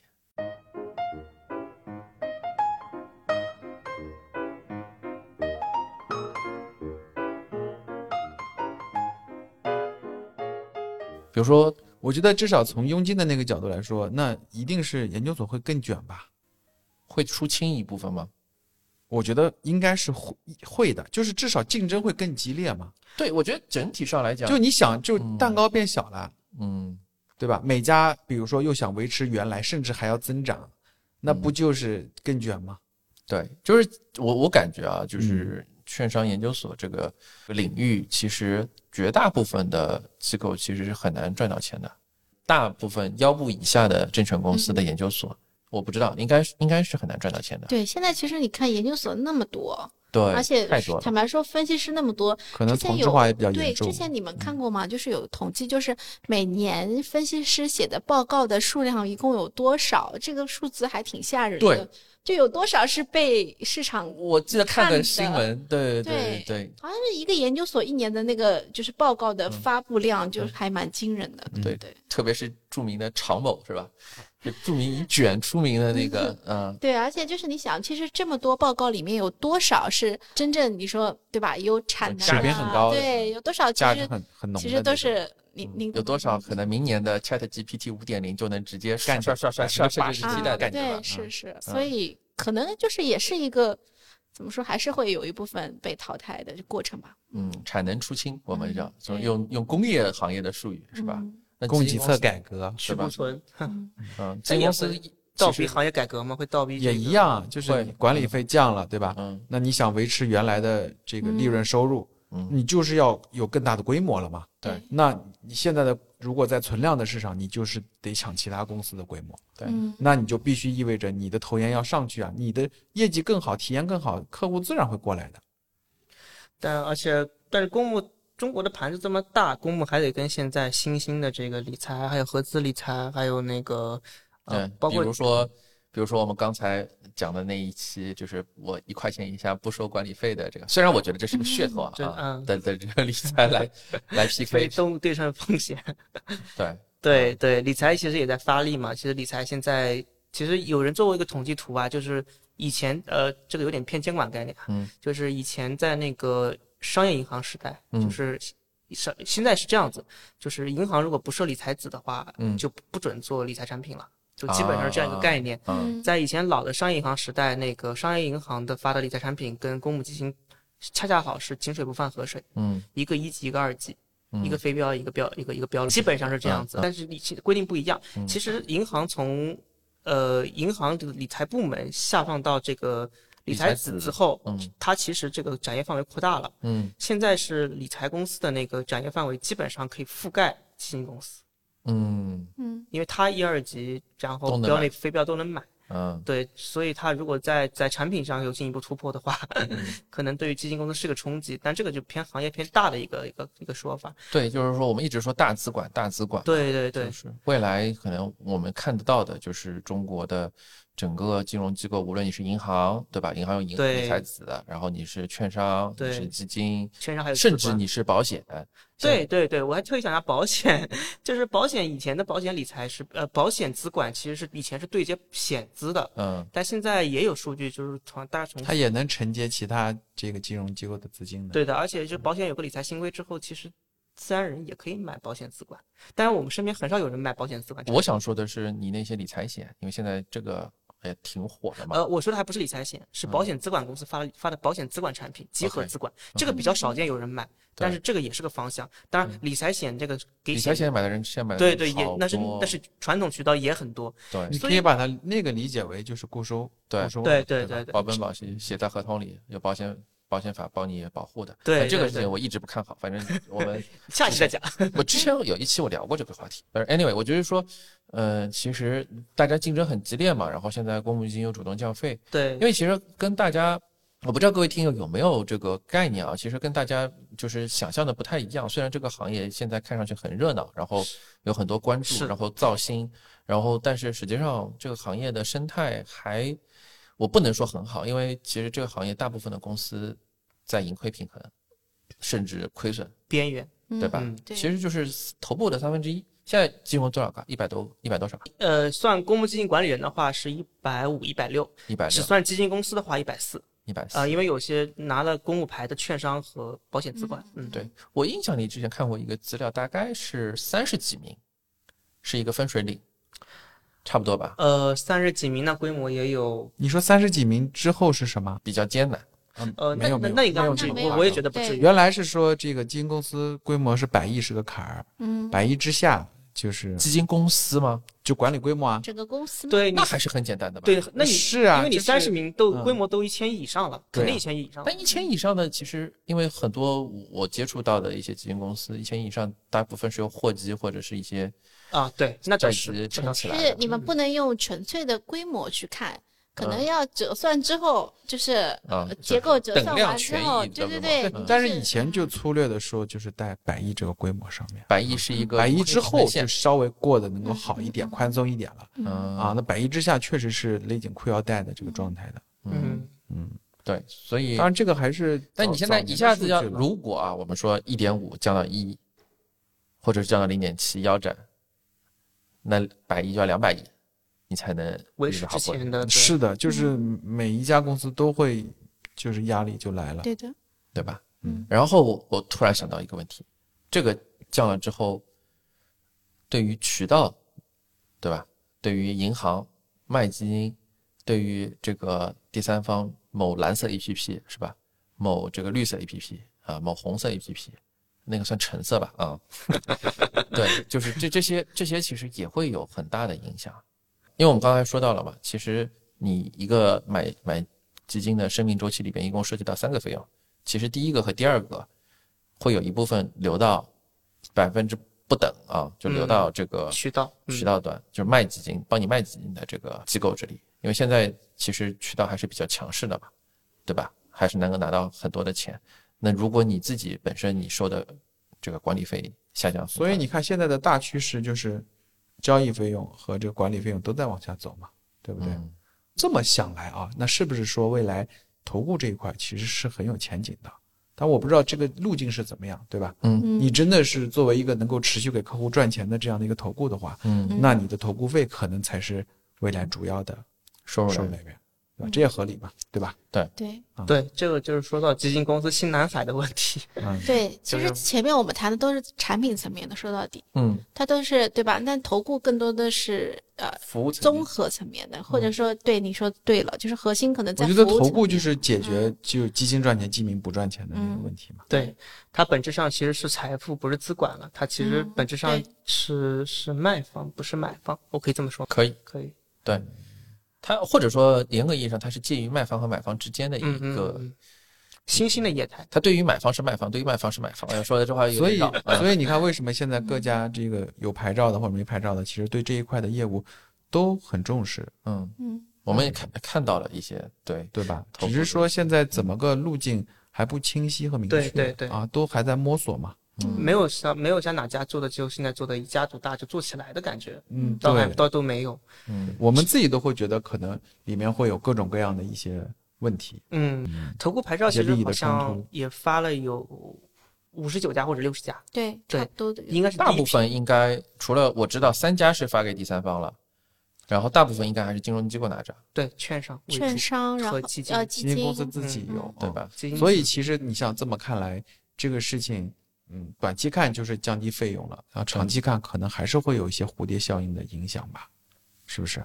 比如说， 我觉得至少从佣金的那个角度来说，那一定是研究所会更卷吧？ 会出清一部分吗？ 我觉得应该是会的，就是至少竞争会更激烈嘛。 对，我觉得整体上来讲， 就你想，就蛋糕变小了，对吧？每家比如说又想维持原来，甚至还要增长，那不就是更卷吗？ 对，就是我感觉啊，就是券商研究所这个领域，其实绝大部分的机构其实是很难赚到钱的。大部分腰部以下的证券公司的研究所，我不知道，应该是很难赚到钱的。 对，现在其实你看研究所那么多， 对， 而且太多了。 坦白说，分析师那么多， 可能同质化也比较严重。 对，之前你们看过吗？就是有统计，就是每年分析师写的报告的数量一共有多少？这个数字还挺吓人的。 对， 就有多少是被市场我记得看个新闻，对， 好像是一个研究所一年的那个就是报告的发布量，就还蛮惊人的。对， 特别是著名的常某是吧？就著名以卷出名的那个， 对，而且就是你想，其实这么多报告里面有多少是真正你说对吧？有产能水平很高的， 对，有多少价值很浓的， 其实都是你有多少可能明年的 ChatGPT 5.0就能直接刷这期待感觉对，是，所以可能就是也是一个怎么说，还是会有一部分被淘汰的过程吧。 产能出清，我们叫用工业行业的术语是吧？那供给侧改革， 去库存。 基金公司倒逼行业改革吗？会倒逼也一样，就是你管理费降了，对吧？那你想维持原来的这个利润收入，你就是要有更大的规模了嘛？ 对， 那你现在的如果在存量的市场，你就是得抢其他公司的规模， 对， 那你就必须意味着你的投研要上去啊，你的业绩更好，体验更好，客户自然会过来的。 但是中国的盘子这么大，公募还得跟现在新兴的这个理财，还有合资理财，还有那个包括比如说我们刚才讲的那一期，就是我1块钱以下不收管理费的这个，虽然我觉得这是个噱头的这个理财来 PK 非动物对称风险。对，理财其实也在发力嘛。其实理财现在其实有人做过一个统计图啊，就是以前这个有点偏监管概念，就是以前在那个商业银行时代，就是现在是这样子，就是银行如果不设理财子的话，就不准做理财产品了，就基本上是这样一个概念。在以前老的商业银行时代，那个商业银行的发的理财产品跟公募基金恰恰好是井水不犯河水，一个1级一个2级，一个非标一个标，基本上是这样子。但是规定不一样，其实银行从银行的理财部门下放到这个理财子之后，它其实这个展业范围扩大了。现在是理财公司的那个展业范围基本上可以覆盖基金公司。因为它1、2级，然后标类非标都能买。 对，所以它如果在产品上有进一步突破的话，可能对于基金公司是个冲击，但这个就偏行业偏大的一个说法。 对，就是说我们一直说大资管， 对， 就是未来可能我们看得到的就是中国的整个金融机构，无论你是银行，对吧？银行有理财子的，然后你是券商，你是基金， 券商还有甚至你是保险。 对，我还特意讲一下保险，就是保险以前的保险理财是保险资管其实是以前是对接险资的，但现在也有数据就是大家从它也能承接其他这个金融机构的资金的。 对的，而且就保险有个理财新规之后，其实自然人也可以买保险资管，但是我们身边很少有人买保险资管。 我想说的是你那些理财险，因为现在这个也挺火的嘛。 我说的还不是理财险，是保险资管公司发的保险资管产品，集合资管，这个比较少见有人买，但是这个也是个方向。当然，理财险这个给理财险买的人现在买的对也那是传统渠道也很多。 对， 你可以把它那个理解为就是固收。 对， 保本保息写在合同里，有保险法帮你保护的。 对， 这个事情我一直不看好，反正我们下期再讲。 我之前有一期我聊过这个话题，但是 anyway， 我就是说，其实大家竞争很激烈嘛，然后现在公募基金又主动降费， 对， 因为其实跟大家，我不知道各位听友有没有这个概念啊，其实跟大家就是想象的不太一样。虽然这个行业现在看上去很热闹，然后有很多关注，然后造星，然后但是实际上这个行业的生态我不能说很好，因为其实这个行业大部分的公司在盈亏平衡，甚至亏损边缘， 对吧？其实就是头部的1/3。现在基金多少个？100多少个？ 算公募基金管理人的话是150、160，只算基金公司的话140。因为有些拿了公募牌的券商和保险资管。 对，我印象里之前看过一个资料，大概是30几名，是一个分水岭。差不多吧 ，30几名的规模也有。 你说30几名之后是什么？ 比较艰难。 没有， 那应该不至于，我也觉得不至于。 原来是说这个基金公司规模是100亿是个坎儿，100亿之下就是基金公司吗？ 就管理规模啊， 整个公司对， 那还是很简单的吧？ 对，那你是啊， 因为你30名都规模都1000亿以上了，肯定1000亿以上。 但1000亿以上的，其实因为很多我接触到的一些基金公司，1000亿以上大部分是由货基或者是一些对，那债值撑起来的。 是你们不能用纯粹的规模去看。可能要折算之后，就是结构折算完之后，对。 但是以前就粗略的说，就是在100亿这个规模上面 ，100亿是一个 100亿之后就稍微过得能够好一点、宽松一点了。那100亿之下确实是勒紧裤腰带的这个状态的。 对，所以当然这个还是， 但你现在一下子如果我们说1.5降到1亿，或者是降到0.7腰斩，那100亿就要200亿。你才能维持之前的。 是的，就是每一家公司都会，就是压力就来了。 对的， 对吧？然后我突然想到一个问题，这个降了之后，对于渠道，对吧？对于银行卖基金，对于这个第三方某蓝色 APP 是吧？某这个绿色 APP 某红色 APP， 那个算橙色吧？对，就是这些其实也会有很大的影响。因为我们刚才说到了嘛，其实你一个买基金的生命周期里边一共涉及到3个费用，其实第一个和第二个会有一部分流到50%不等就流到这个渠道端，就是卖基金帮你卖基金的这个机构这里，因为现在其实渠道还是比较强势的嘛，对吧？还是能够拿到很多的钱。那如果你自己本身你收的这个管理费下降， 所以你看现在的大趋势就是交易费用和这个管理费用都在往下走嘛，对不对？这么想来那是不是说未来投顾这一块其实是很有前景的？但我不知道这个路径是怎么样，对吧？你真的是作为一个能够持续给客户赚钱的这样的一个投顾的话，那你的投顾费可能才是未来主要的收入来源，对吧？这也合理嘛，对吧？ 对，这个就是说到基金公司新南海的问题。 对，其实前面我们谈的都是产品层面的，说到底，它都是对吧？但投顾更多的是服务综合层面的，或者说对你说对了，就是核心可能在服务层面。我觉得投顾就是解决就基金赚钱、基民不赚钱的那个问题嘛。 对，它本质上其实是财富，不是资管了，它其实本质上是卖方，不是买方。我可以这么说？ 可以，对。它或者说严格意义上它是介于卖方和买方之间的一个新兴的业态。 它对于买方是卖方，对于卖方是买方。说的这话有点绕。 所以你看为什么现在各家这个有牌照的或者没牌照的其实对这一块的业务都很重视。 我们也看到了一些， 对吧？只是说现在怎么个路径还不清晰和明确， 对啊，都还在摸索嘛。 没有像哪家做的就现在做的一家独大就做起来的感觉，倒都没有。 我们自己都会觉得可能里面会有各种各样的一些问题。 投顾牌照其实好像也发了有59家或者60家， 对，都应该是大部分应该除了我知道3家是发给第三方了，然后大部分应该还是金融机构拿着。 对，券商， 然后基金公司自己有， 对吧？ 所以其实你想这么看来，这个事情，短期看就是降低费用了，然后长期看可能还是会有一些蝴蝶效应的影响吧，是不是？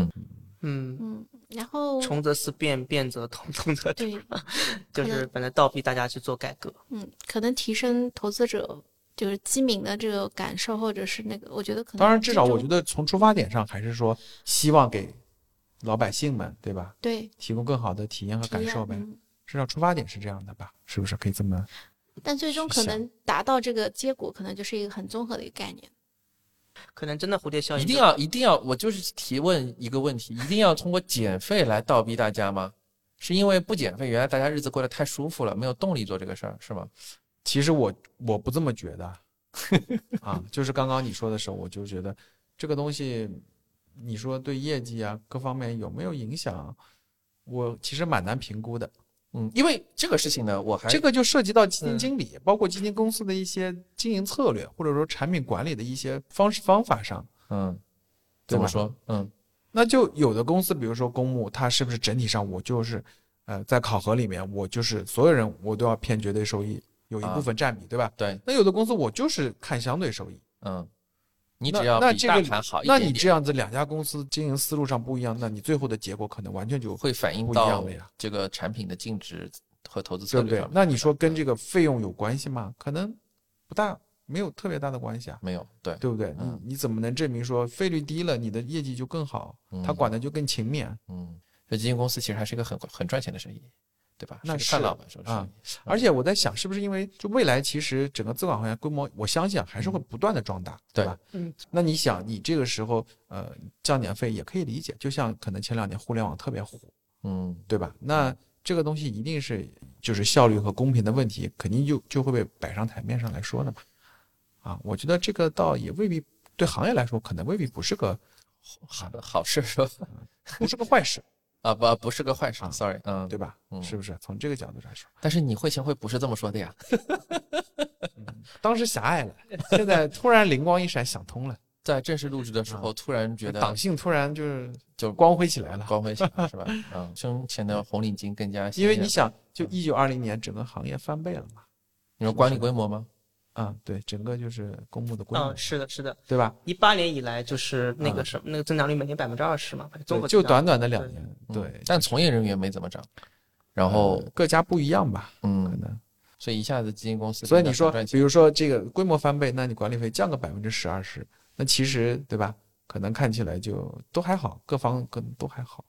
然后穷则思变，变则通，通则对， 就是本来倒逼大家去做改革。 可能提升投资者就是机敏的这个感受，或者是那个，我觉得可能。 当然，至少我觉得从出发点上还是说希望给老百姓们，对吧？ 对， 提供更好的体验和感受呗。至少出发点是这样的吧？是不是可以这么？ 但最终可能达到这个结果，可能就是一个很综合的一个概念。 可能真的蝴蝶效应一定要，我就是提问一个问题，一定要通过减费来倒逼大家吗？是因为不减费，原来大家日子过得太舒服了，没有动力做这个事儿，是吗？ 其实我不这么觉得啊，就是刚刚你说的时候，我就觉得这个东西，你说对业绩啊各方面有没有影响，我其实蛮难评估的。 因为这个事情呢， 这个就涉及到基金经理，包括基金公司的一些经营策略，或者说产品管理的一些方式方法上。 怎么说？ 那就有的公司，比如说公募，它是不是整体上我就是在考核里面，我就是所有人我都要偏绝对收益，有一部分占比，对吧？ 对。 那有的公司我就是看相对收益。 你只要比大盘好一点点， 那你这样子2家公司经营思路上不一样，那你最后的结果可能完全就会反映到这个产品的净值和投资策略上， 对不对？那你说跟这个费用有关系吗？可能不大，没有特别大的关系啊。 没有，对不对？你怎么能证明说费率低了，你的业绩就更好，他管的就更勤勉？ 所以基金公司其实还是一个很赚钱的生意。对吧？ 那是看老板说啊，而且我在想，是不是因为就未来其实整个资管行业规模，我相信还是会不断的壮大，对吧？那你想，你这个时候降点费也可以理解，就像可能前2年互联网特别火，对吧？那这个东西一定是就是效率和公平的问题，肯定就会被摆上台面上来说的嘛。我觉得这个倒也未必对行业来说，可能未必不是个好事，是吧？ 不是个坏事。 不是个坏事，sorry， 对吧？是不是从这个角度来说？ 但是你会前会不是这么说的呀。 当时狭隘了，现在突然灵光一闪，想通了。 在正式录制的时候，突然觉得党性突然就光辉起来了， 是吧？胸前的红领巾更加。 因为你想，就1920年整个行业翻倍了嘛。 你说管理规模吗？ 对，整个就是公募的规模。 是的， 对吧 ？18年以来就是那个那个增长率每年20%嘛， 就短短的2年，对。 但从业人员没怎么涨，然后各家不一样吧，可能。 所以一下子基金公司， 所以你说，比如说这个规模翻倍，那你管理费降个10%-20%，那其实对吧？可能看起来就都还好，各方都还好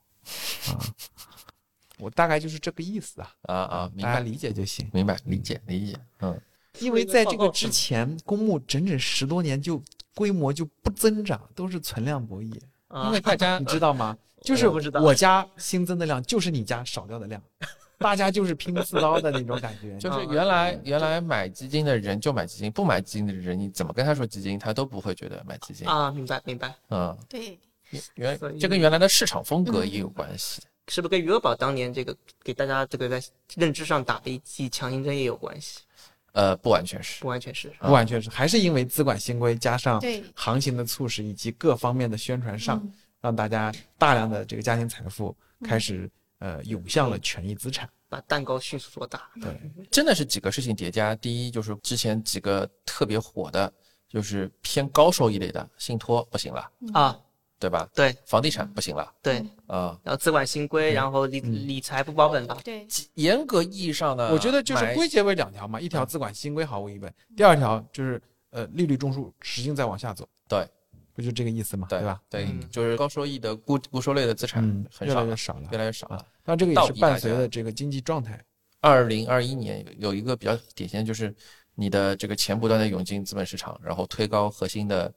我大概就是这个意思明白， 大家理解就行。 明白，理解。 因为在这个之前，公募整整10多年就规模就不增长，都是存量博弈。 因为大家你知道吗？就是我家新增的量就是你家少掉的量，大家就是拼刺刀的那种感觉。 就是原来买基金的人就买基金，不买基金的人你怎么跟他说基金，他都不会觉得买基金明白。 对， 这跟原来的市场风格也有关系。 是不是跟余额宝当年这个给大家这个在认知上打的一剂强心针也有关系？ 不完全是， 还是因为资管新规加上行情的促使以及各方面的宣传上，让大家大量的这个家庭财富开始涌向了权益资产， 把蛋糕迅速做大。 对， 真的是几个事情叠加。第一就是之前几个特别火的，就是偏高收益类的，信托不行了对吧？ 对， 房地产不行了， 对然后资管新规，然后理财不保本了。 对， 严格意义上呢， 我觉得就是归结为2条嘛，一条资管新规毫无疑问，第2条就是利率中枢使劲再往下走。 对， 不就这个意思嘛，对吧？ 对，就是高收益的固收类的资产越来越少了，但这个也是伴随着这个经济状态。 2021年有一个比较典型的就是你的这个钱不断的涌进资本市场，然后推高核心的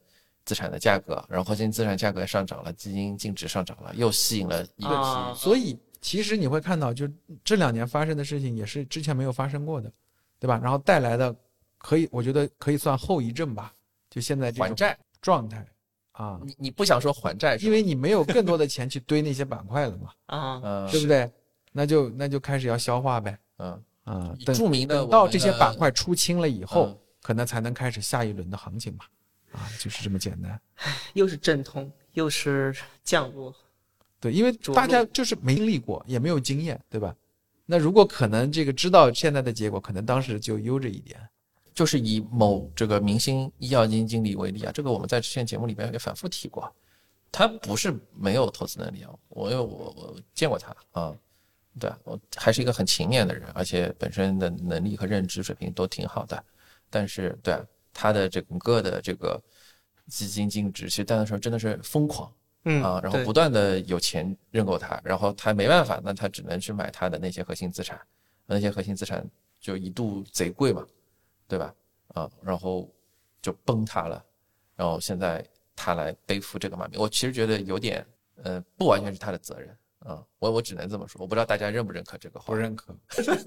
资产的价格，然后核心资产价格上涨了，基金净值上涨了，又吸引了一个批。 所以其实你会看到，就这2年发生的事情也是之前没有发生过的，对吧？然后带来的我觉得可以算后遗症吧，就现在这种还债状态啊。 你不想说还债， 因为你没有更多的钱去堆那些板块了嘛，对不对？那就开始要消化呗， 著名的等到这些板块出清了以后，可能才能开始下一轮的行情嘛，就是这么简单。 又是阵痛，又是降落。 对，因为大家就是没经历过，也没有经验，对吧？那如果可能这个知道现在的结果，可能当时就悠着一点。 就是以某这个明星医药基金经理为例啊，这个我们在之前节目里面也反复提过，他不是没有投资能力啊，我见过他啊，对，我还是一个很勤勉的人，而且本身的能力和认知水平都挺好的，但是对他的整个的这个基金净值，其实那时候真的是疯狂。然后不断的有钱认购它，然后他没办法，那他只能去买他的那些核心资产，那些核心资产就一度贼贵嘛，对吧？然后就崩塌了，然后现在他来背负这个骂名，我其实觉得有点不完全是他的责任我只能这么说，我不知道大家认不认可这个话。 不认可。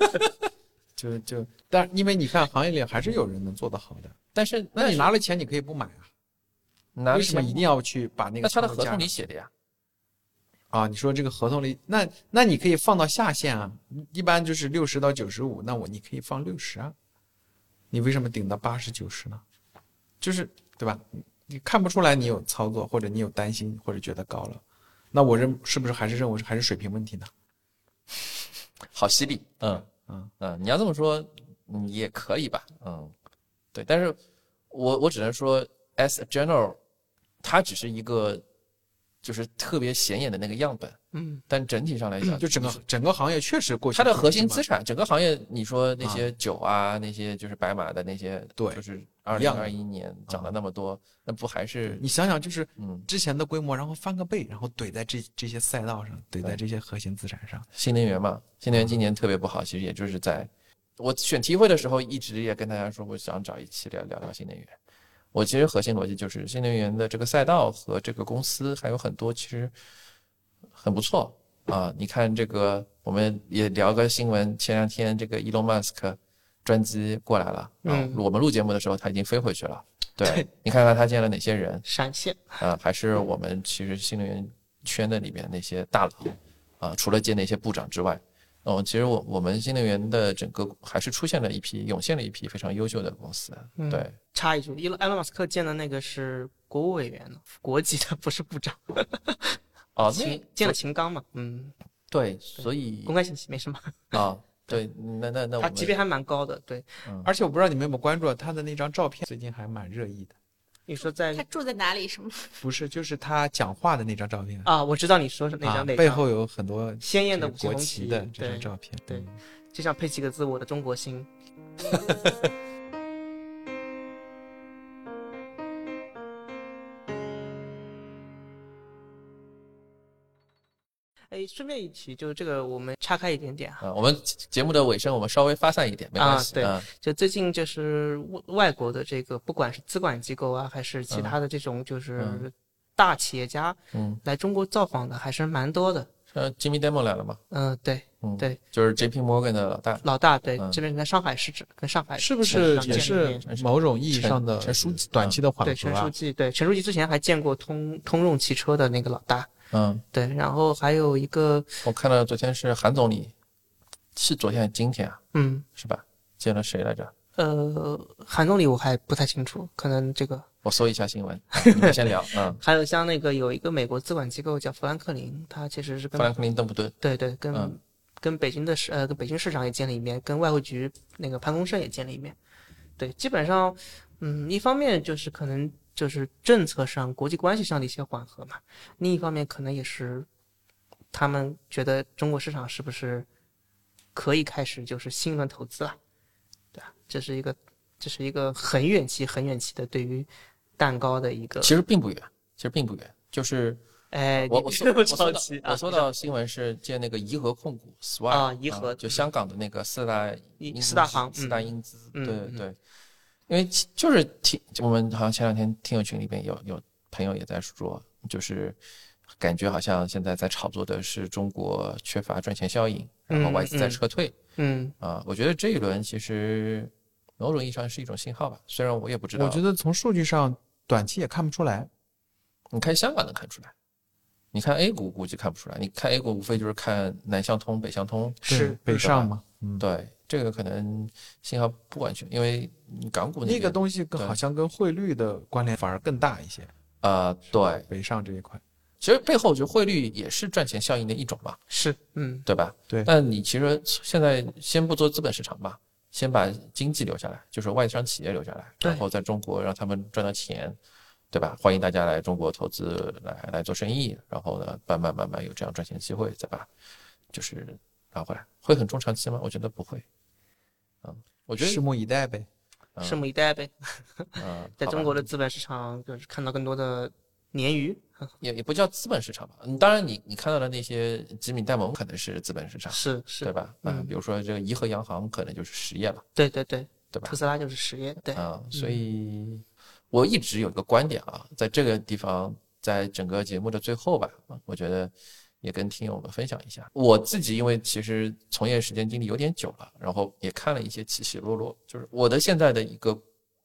但因为你看行业里还是有人能做得好的， 但是那你拿了钱你可以不买啊。为什么一定要去把那个？ 那他的合同里写的呀。 你说这个合同里，那你可以放到下限啊，一般就是60到95，那你可以放60啊，你为什么顶到80、90呢？就是对吧？你看不出来你有操作，或者你有担心，或者觉得高了，那我是不是还是认为还是水平问题呢？ 好犀利，你要这么说也可以吧，对，但是我只能说 as a general。它只是一个就是特别显眼的那个样本，但整体上来讲， 就整个行业确实过去它的核心资产，整个行业你说那些酒啊，那些就是白马的那些， 对， 就是2021年涨了那么多，那不还是你想想，就是之前的规模，然后翻个倍，然后怼在这些赛道上，怼在这些核心资产上。 新能源嘛，新能源今年特别不好，其实也就是在我选题会的时候，一直也跟大家说，我想找一期聊聊新能源。我其实核心逻辑就是新能源的这个赛道和这个公司还有很多其实很不错你看这个，我们也聊个新闻，前2天这个 Elon Musk 专机过来了，我们录节目的时候他已经飞回去了。对，你看看他见了哪些人？ 闪现还是我们其实新能源圈的里面那些大佬除了见那些部长之外。其实我们新能源的整个还是涌现了一批非常优秀的公司。对， 插一句，埃隆·马斯克见的那个是国务委员，国级的，不是部长。见了秦刚嘛？ 对，所以公开信息没什么对，那他级别还蛮高的，对。 而且我不知道你们有没有关注他的那张照片，最近还蛮热议的。 你说他住在哪里？什么？ 不是，就是他讲话的那张照片我知道你说是那张， 背后有很多鲜艳的国旗的这张照片， 对，就像配几个字，我的中国心。顺便一提，就是这个我们岔开一点点我们节目的尾声我们稍微发散一点，没关系。 对，就最近就是外国的这个，不管是资管机构啊，还是其他的这种就是大企业家，来中国造访的还是蛮多的。 Jimmy Dimon 来了吗？ 对，对， 就是 JP Morgan 的老大。 对，这边跟上海市跟上海是不是也是某种意义上的陈书记短期的缓和？ 对，陈书记之前还见过通用汽车的那个老大。对，然后还有一个， 我看到昨天是韩总理，是昨天还是今天啊？是吧？见了谁来着？ 韩总理我还不太清楚，可能这个我搜一下新闻，你们先聊。 还有像那个有一个美国资管机构叫富兰克林，它其实是跟富兰克林邓布顿， 对，跟北京的跟北京市长也见了一面，跟外汇局那个潘功胜也见了一面。对，基本上，一方面就是可能就是政策上、国际关系上的一些缓和嘛，另一方面可能也是他们觉得中国市场是不是可以开始就是新一轮投资了，对吧？这是一个很远期的对于蛋糕的一个， 其实并不远，就是我搜到新闻是见那个怡和控股 SWAT 怡和就香港的那个四大行四大英资，对， 因为就是我们好像前2天听友群里边有朋友也在说，就是感觉好像现在在炒作的是中国缺乏赚钱效应，然后外资在撤退。我觉得这一轮其实某种意义上是一种信号吧，虽然我也不知道。 我觉得从数据上短期也看不出来。 你看香港能看出来，你看 A 股估计看不出来。你看 A 股无非就是看南向通、北向通， 是北上嘛？ 对，这个可能信号不完全，因为港股那个东西好像跟汇率的关联反而更大一些。 对， 北上这一块， 其实背后就汇率也是赚钱效应的一种嘛， 是， 对吧？ 对。 但你其实现在先不做资本市场吧，先把经济留下来，就是外商企业留下来，然后在中国让他们赚到钱，对吧？欢迎大家来中国投资，来做生意，然后呢，慢慢有这样赚钱机会，再把就是拿回来，会很中长期吗？我觉得不会。我觉得拭目以待呗。 拭目以待呗。在中国的资本市场，就是看到更多的鲶鱼， 也不叫资本市场吧。当然你看到的那些吉米戴蒙可能是资本市场， 是， 对吧？比如说这个怡和洋行可能就是实业了。 对吧？ 特斯拉就是实业，对所以我一直有一个观点啊，在这个地方，在整个节目的最后吧，我觉得也跟听友们分享一下。我自己因为其实从业时间经历有点久了，然后也看了一些起起落落，就是我现在的一个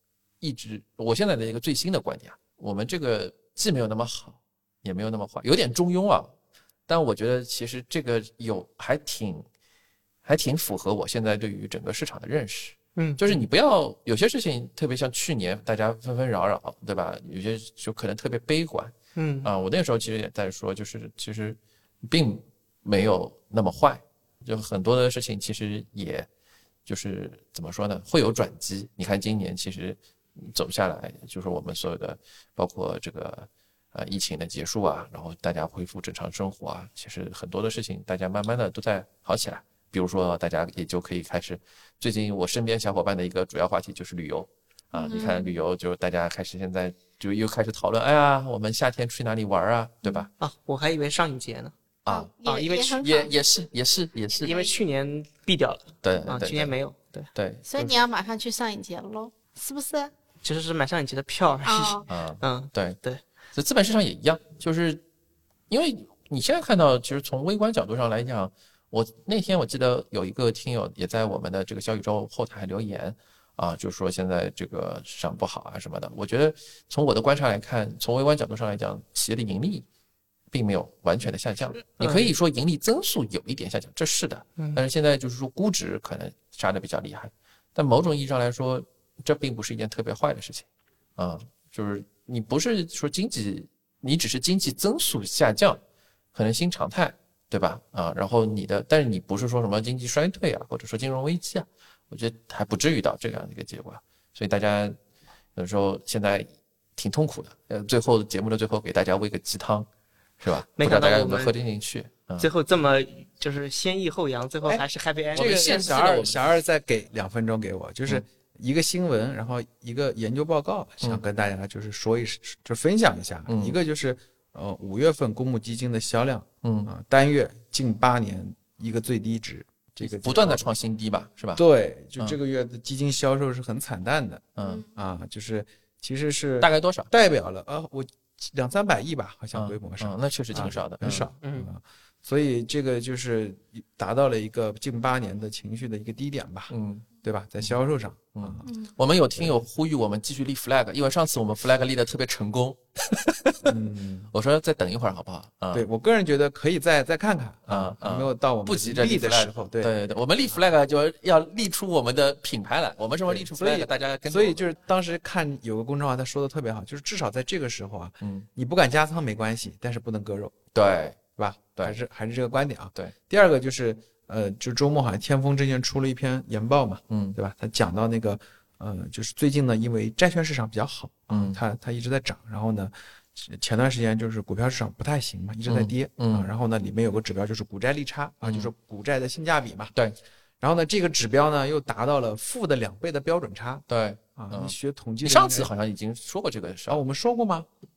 最新的观点，我们这个既没有那么好，也没有那么坏，有点中庸啊。但我觉得其实这个还挺符合我现在对于整个市场的认识。就是你不要有些事情，特别像去年大家纷纷扰扰，对吧？有些就可能特别悲观。我那时候其实也在说，就是其实并没有那么坏，就很多的事情其实也就是怎么说呢，会有转机。你看今年其实走下来，就是我们所有的包括这个疫情的结束啊，然后大家恢复正常生活啊，其实很多的事情大家慢慢的都在好起来。比如说大家也就可以开始，最近我身边小伙伴的一个主要话题就是旅游啊。你看旅游就大家开始现在就又开始讨论，哎呀，我们夏天去哪里玩啊，对吧？ 我还以为上一节呢。因为也是， 因为去年闭掉了。 对去年没有。 对。 所以你要马上去上影节了喽，是不是？ 其实是买上影节的票而已。 对。 所以资本市场也一样，就是因为你现在看到，其实从微观角度上来讲。那天我记得有一个听友也在我们的这个小宇宙后台留言就是说现在这个市场不好啊什么的。我觉得从我的观察来看，从微观角度上来讲，企业的盈利并没有完全的下降。你可以说盈利增速有一点下降，这是的。但是现在就是说估值可能杀得比较厉害。但某种意义上来说，这并不是一件特别坏的事情就是你不是说你只是经济增速下降，可能新常态。对吧？然后但是你不是说什么经济衰退啊，或者说金融危机啊，我觉得还不至于到这样的一个结果。所以大家有时候现在挺痛苦的。节目的最后给大家喂个鸡汤，是吧？不知道大家有没有喝进去？ 最后这么就是先抑后扬，最后还是 happy end。 这个小二再给2分钟给我，就是一个新闻，然后一个研究报告，想跟大家就是就分享一下。一个就是5月份公募基金的销量，单月近8年一个最低值，这个不断的创新低吧，是吧？ 对，就这个月的基金销售是很惨淡的，就是其实是大概多少？ 代表了我200-300亿吧，好像规模上， 那确实挺少的， 很少，所以这个就是达到了一个近8年的情绪的一个低点吧，对吧？在销售上， 我们有听友呼吁我们继续立 flag， 因为上次我们 flag 立的特别成功，我说再等一会儿好不好？ 对，我个人觉得可以再看看没有到我们不急着立的时候， 对，我们立 flag 就要立出我们的品牌来，我们什么立出 flag， 大家跟。 所以就是当时看有个公众号他说的特别好，就是至少在这个时候你不敢加仓没关系，但是不能割肉， 对吧？ 对， 还是这个观点啊。 对， 第二个就是就周末好像天风之前出了一篇研报嘛，对吧？他讲到那个就是最近呢，因为债券市场比较好，它一直在涨，然后呢，前段时间就是股票市场不太行嘛，一直在跌，然后呢，里面有个指标就是股债利差就是股债的性价比嘛， 对， 然后呢，这个指标呢又达到了负的2倍的标准差， 对你学统计， 你上次好像已经说过这个事我们说过吗？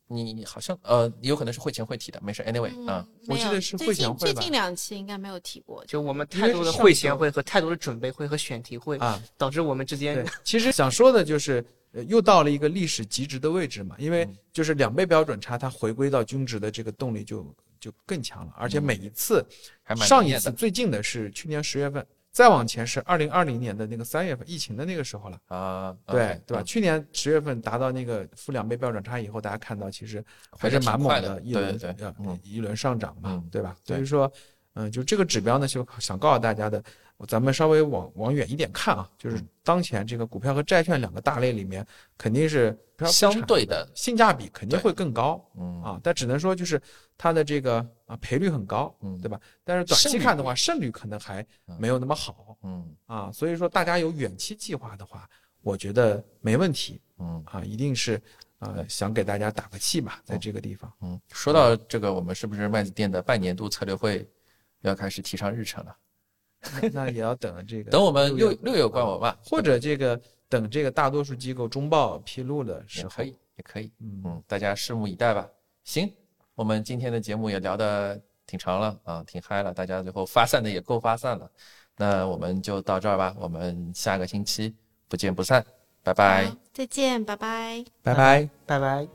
你好像有可能是会前会提的，没事 ，anyway 啊， 我记得是会前会吧。 最近2期应该没有提过， 就我们太多的会前会和太多的准备会和选题会啊， 导致我们之间其实想说的就是又到了一个历史极值的位置嘛，因为就是2倍标准差，它回归到均值的这个动力就更强了，而且每一次上一次最近的是去年10月份。再往前是2020年的那个3月份，疫情的那个时候了啊，对吧？去年10月份达到那个负2倍标准差以后，大家看到其实还是蛮猛的，一轮上涨嘛，对吧？所以说，就这个指标呢，就想告诉大家的，咱们稍微往远一点看啊，就是当前这个股票和债券2个大类里面，肯定是相对的性价比肯定会更高，但只能说就是它的这个赔率很高，对吧？但是短期看的话，胜率可能还没有那么好，所以说大家有远期计划的话，我觉得没问题，一定是想给大家打个气吧，在这个地方。 说到这个，我们是不是麦子店的半年度策略会要开始提上日程了？ 那也要等这个， 等我们6月官网吧， 或者这个等这个大多数机构中报披露的时候， 也可以，大家拭目以待吧。行，我们今天的节目也聊得挺长了啊，挺嗨了，大家最后发散的也够发散了。那我们就到这儿吧，我们下个星期不见不散，拜拜。 再见，拜拜， 拜拜， 拜拜。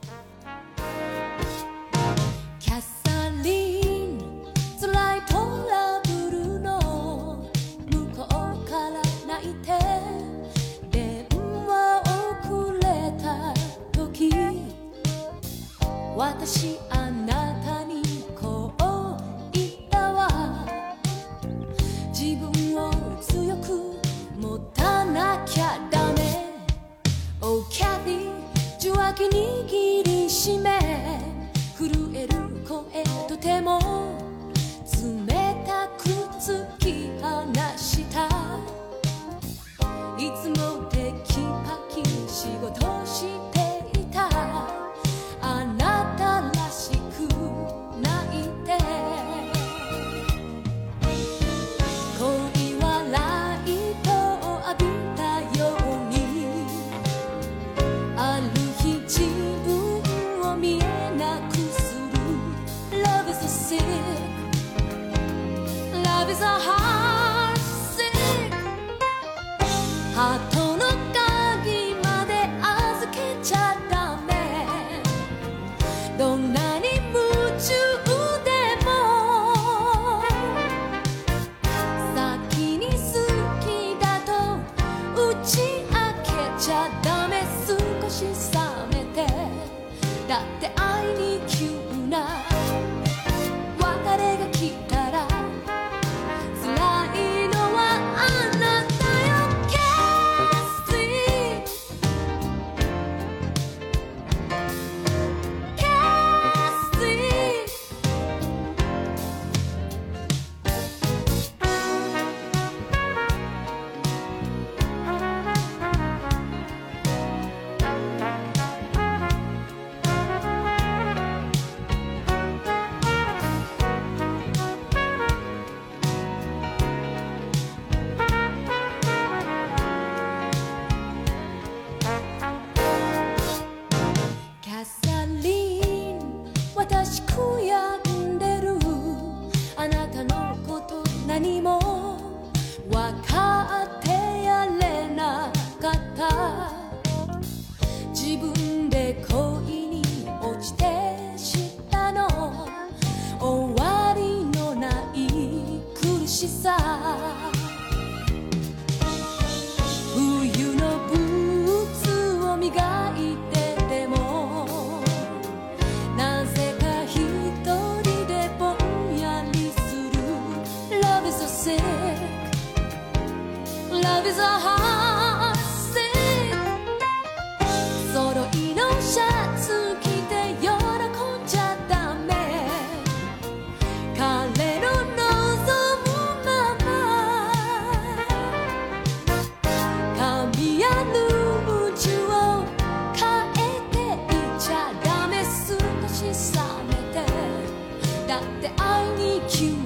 私あなたにこう言ったわ自分を強く持たなきゃダメ Oh Kathy 受話器握りしめ震える声とても冷たく突き放したいつもテキパキ仕事していたあなたらしく泣いて恋はライトを浴びたようにある日自分を見えなくする Love is a sick Love is a heart sick ハートの鍵まで預けちゃダメどんなに夢中でも先に好きだと打ち明けちゃダメ少し冷めてだって愛に急な別れが来たら辛いのはあなたよ Cassieキャサリン私悔やんでるあなたのこと何も分かってやれなかった自分で恋に落ちて知ったの終わりのない苦しさ冬のブーツを磨いてでもなぜか一人でぼんやりする Love is a sick Love is a heart sick 揃いのシャツ着て喜んじゃダメ彼の望むまま神やる夢中を変えていちゃダメ少し冷めてだって愛に急